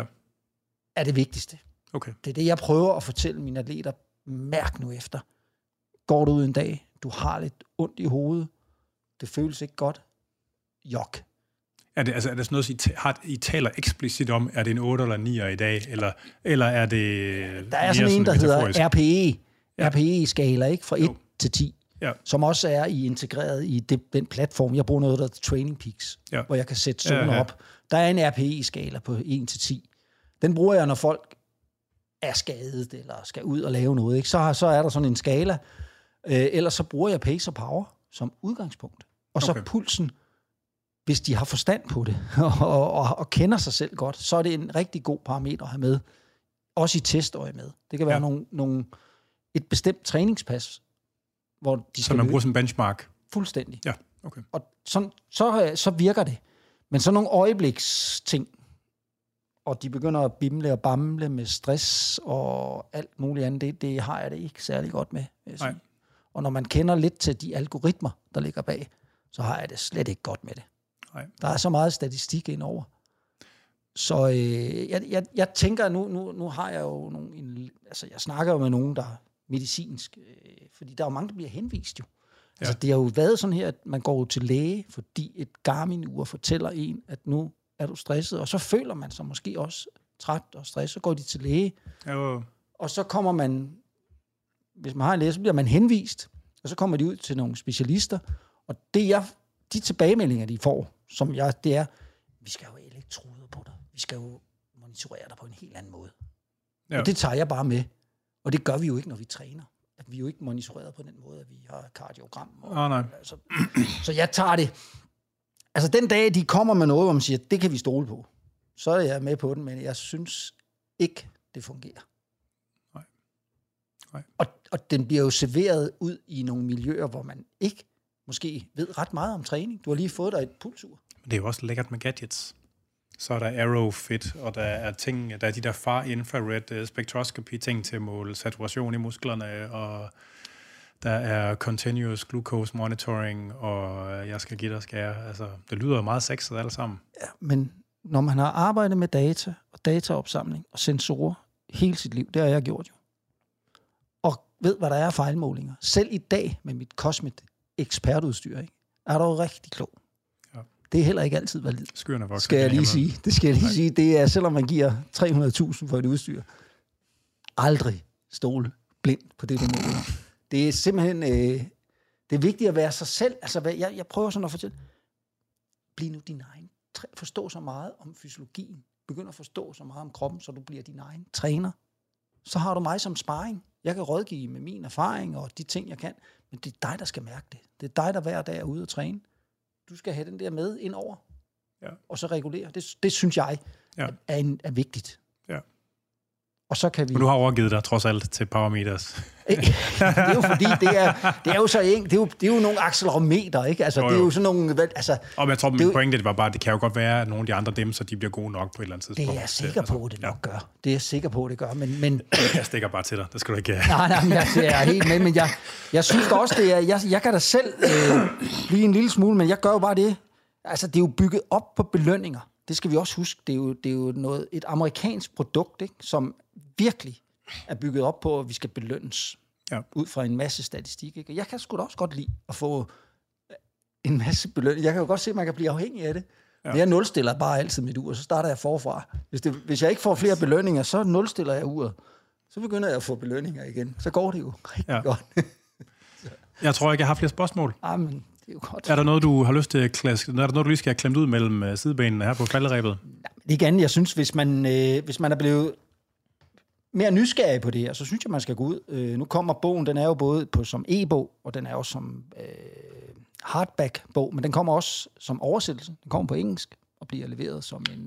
er det vigtigste. Okay. Det er det, jeg prøver at fortælle mine atleter. Mærk nu efter. Går du ud en dag, du har lidt ondt i hovedet, det føles ikke godt, jok. Er det sådan noget, I taler eksplicit om, er det en 8 eller 9 i dag, eller er det... Der er sådan en, der hedder RPE. RPE-skala, ikke? Fra 1 til 10. Ja. Som også er integreret i den platform. Jeg bruger noget, der hedder Training Peaks, hvor jeg kan sætte zoner op. Der er en RPE-skala på 1 til 10. Den bruger jeg, når folk er skadet, eller skal ud og lave noget, ikke? Så er der sådan en skala. Ellers så bruger jeg pace og power som udgangspunkt. Og så pulsen, hvis de har forstand på det, og kender sig selv godt, så er det en rigtig god parameter at have med. Også i testøje med. Det kan være et bestemt træningspas, hvor de skal så man bruger som benchmark? Fuldstændig. Ja, okay. Og så virker det. Men så nogle øjebliksting, og de begynder at bimle og bamle med stress og alt muligt andet, det har jeg det ikke særlig godt med. Nej. Og når man kender lidt til de algoritmer, der ligger bag, så har jeg det slet ikke godt med det. Nej. Der er så meget statistik indover. Så jeg tænker, nu har jeg jo jeg snakker jo med nogen, der er medicinsk, fordi der er jo mange, der bliver henvist jo. Altså det har jo været sådan her, at man går til læge, fordi et Garmin-ur fortæller en, at nu er du stresset, og så føler man sig måske også træt og stresset, så går de til læge. Jo. Og så kommer man, hvis man har en læge, så bliver man henvist, og så kommer de ud til nogle specialister, og de tilbagemeldinger, de får, det er, vi skal jo elektroder på dig. Vi skal jo monitorere dig på en helt anden måde. Ja. Og det tager jeg bare med. Og det gør vi jo ikke, når vi træner. At vi er jo ikke monitoreret på den måde, at vi har kardiogram. Nej. Så jeg tager det. Altså den dag, de kommer med noget, hvor man siger, det kan vi stole på, så er jeg med på den, men jeg synes ikke, det fungerer. Nej. Nej. Og den bliver jo serveret ud i nogle miljøer, hvor man ikke måske ved ret meget om træning. Du har lige fået dig et pulsur. Det er jo også lækkert med gadgets. Så er der Aerofit, og der er de der far infrared spectroscopy ting til at måle saturation i musklerne, og der er continuous glucose monitoring, og jeg skal give dig skære. Altså, det lyder meget sexet alle sammen. Ja, men når man har arbejdet med data og dataopsamling og sensorer hele sit liv, det har jeg gjort jo, og ved, hvad der er af fejlmålinger. Selv i dag med mit Cosmet ekspertudstyr, ikke, er du rigtig klog. Ja. Det er heller ikke altid validt. Skyerne vokser. Skal jeg lige sige. Det skal jeg lige sige. Det er, selvom man giver 300.000 for et udstyr, aldrig stole blindt på det, du måler. Det er simpelthen, det er vigtigt at være sig selv. Altså, jeg prøver sådan at fortælle, bliv nu din egen. Forstå så meget om fysiologien. Begynd at forstå så meget om kroppen, så du bliver din egen træner. Så har du mig som sparring. Jeg kan rådgive med min erfaring og de ting, jeg kan. Men det er dig, der skal mærke det. Det er dig, der hver dag er ude at træne. Du skal have den der med ind over. Ja. Og så regulere. Det synes jeg er vigtigt. Ja. Og så kan vi... Men du har overgivet dig trods alt til Powermeters. Det er jo fordi, det er jo så enkelt. Det er jo nogle accelerometer, ikke? Altså, det er jo sådan nogle... Altså, og jeg tror, min pointe det var bare, det kan jo godt være, at nogle af de andre dem, så de bliver gode nok på et eller andet tidspunkt. Det er jeg sikker på, det nok gør. Det er jeg sikker på, det gør, men... Jeg stikker bare til dig, det skal du ikke... Nej, jeg er helt med, men jeg synes også, det er... Jeg kan da selv blive en lille smule, men jeg gør jo bare det. Altså, det er jo bygget op på belønninger. Det skal vi også huske. Det er jo et amerikansk produkt, ikke, som virkelig er bygget op på, at vi skal belønnes ud fra en masse statistik. Ikke? Jeg kan sgu da også godt lide at få en masse belønning. Jeg kan jo godt se, at man kan blive afhængig af det. Ja. Jeg nulstiller bare altid mit ur, så starter jeg forfra. Hvis jeg ikke får flere belønninger, så nulstiller jeg uret. Så begynder jeg at få belønninger igen. Så går det jo rigtig godt. Jeg tror ikke, jeg har flere spørgsmål. Men det er jo godt. Er der noget, du har lyst til at klaske? Er der noget, du lige skal have klemt ud mellem sidebenene her på falderæbet? Ikke andet. Jeg synes, hvis man er blevet mere nysgerrig på det her, så synes jeg, man skal gå ud. Nu kommer bogen, den er jo både som e-bog, og den er jo som hardback-bog, men den kommer også som oversættelse. Den kommer på engelsk og bliver leveret som en...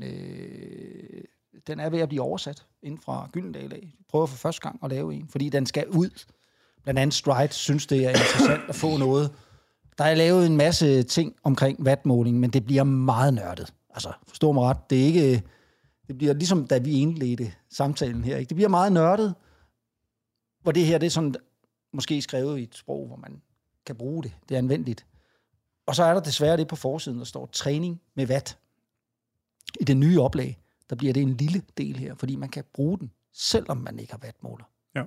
den er ved at blive oversat inden fra Gyldendal af. Jeg prøver for første gang at lave en, fordi den skal ud. Blandt andet Stride synes, det er interessant at få noget. Der er lavet en masse ting omkring wattmåling, men det bliver meget nørdet. Altså, forstå mig ret, det er ikke... Det bliver ligesom, da vi indledte samtalen her. Ikke? Det bliver meget nørdet, hvor det her det er sådan, måske skrevet i et sprog, hvor man kan bruge det. Det er anvendeligt. Og så er der desværre det på forsiden, der står træning med watt. I det nye oplag, der bliver det en lille del her, fordi man kan bruge den, selvom man ikke har wattmåler. Ja.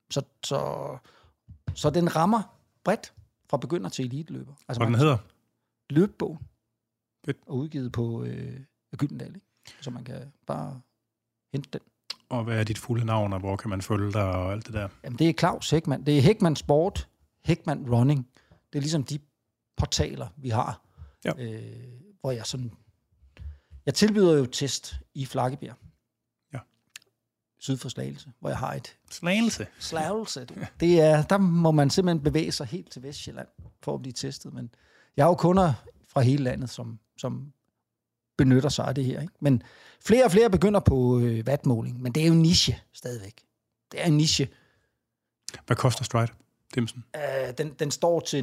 Så den rammer bredt fra begynder til eliteløber. Altså, hvad den hedder? Løbebogen. Og udgivet på Gyldendal, ikke? Så man kan bare hente den. Og hvad er dit fulde navn, og hvor kan man følge dig og alt det der? Jamen, det er Claus Heckmann. Det er Heckmann Sport, Heckmann Running. Det er ligesom de portaler, vi har. Ja. Hvor jeg sådan... Jeg tilbyder jo test i Flakkebjerg. Ja. Syd for Slagelse, hvor jeg har et... Slagelse. Det er, der må man simpelthen bevæge sig helt til Vestjylland for at blive testet. Men jeg har jo kunder fra hele landet, som benytter sig af det her. Ikke? Men flere og flere begynder på wattmåling, men det er jo en niche stadigvæk. Det er en niche. Hvad koster Stride, Dimsen? Den står til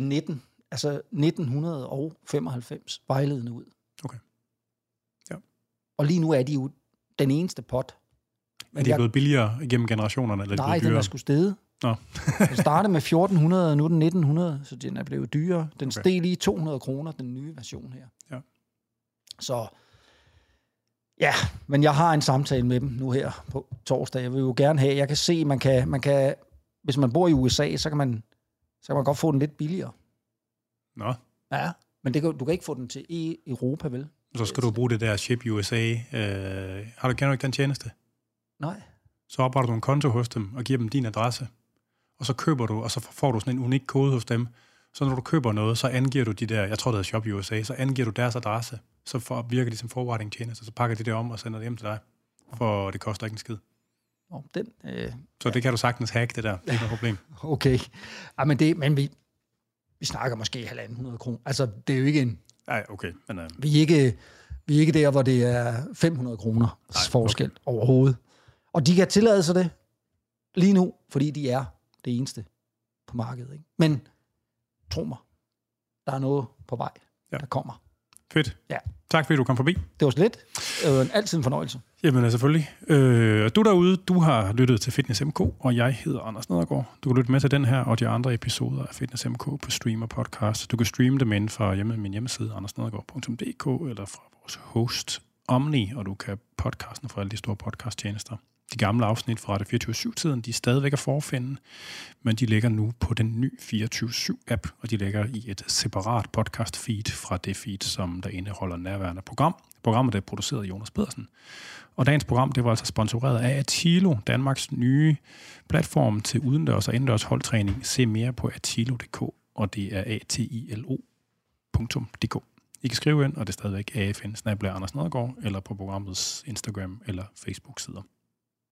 1995 vejledende ud. Okay. Ja. Og lige nu er de jo den eneste pot. Er de blevet billigere igennem generationerne? Eller nej, den er sgu steget. Nå. Den startede med 1400, nu er den 1900, så den er blevet dyrere. Den steg lige 200 kroner, den nye version her. Ja. Så ja, men jeg har en samtale med dem nu her på torsdag. Jeg vil jo gerne have, jeg kan se, man kan hvis man bor i USA, så kan man godt få den lidt billigere. Nå. Ja, men du kan ikke få den til Europa, vel? Så skal du bruge det der Ship USA. Kender du ikke den tjeneste? Nej. Så opretter du en konto hos dem og giver dem din adresse. Og så køber du, og så får du sådan en unik kode hos dem. Så når du køber noget, så angiver du de der, jeg tror det hedder Shop USA, så angiver du deres adresse. Så virker de som forwarding-tjeneste, så pakker de det om og sender det hjem til dig. For det koster ikke en skid. Så det kan du sagtens hacke, det der. Det er ikke noget problem. Okay. Ja, men vi snakker måske 1.500 kroner. Altså, det er jo ikke en... Nej, okay. Men, vi er ikke der, hvor det er 500 kroner forskel overhovedet. Og de kan tillade sig det lige nu, fordi de er det eneste på markedet. Ikke? Men tro mig, der er noget på vej, der kommer. Fedt. Ja. Tak fordi du kom forbi. Det var så lidt. Det var altid en fornøjelse. Jamen selvfølgelig. Du derude, du har lyttet til Fitness MK, og jeg hedder Anders Nedergaard. Du kan lytte med til den her og de andre episoder af Fitness MK på Stream og Podcast. Du kan streame dem inden fra min hjemmeside, andersnedergaard.dk, eller fra vores host Omni, og du kan podcasten fra alle de store podcasttjenester. De gamle afsnit fra Radio 24/7-tiden, de er stadigvæk at forfinde, men de ligger nu på den nye 24/7-app, og de ligger i et separat podcast-feed fra det feed, som der indeholder nærværende program. Programmet er produceret af Jonas Pedersen. Og dagens program, det var altså sponsoreret af Atilo, Danmarks nye platform til udendørs og indendørs holdtræning. Se mere på atilo.dk, og det er atilo.dk. I kan skrive ind, og det er stadigvæk AFN / Anders Nedergaard, eller på programmets Instagram eller Facebook-sider.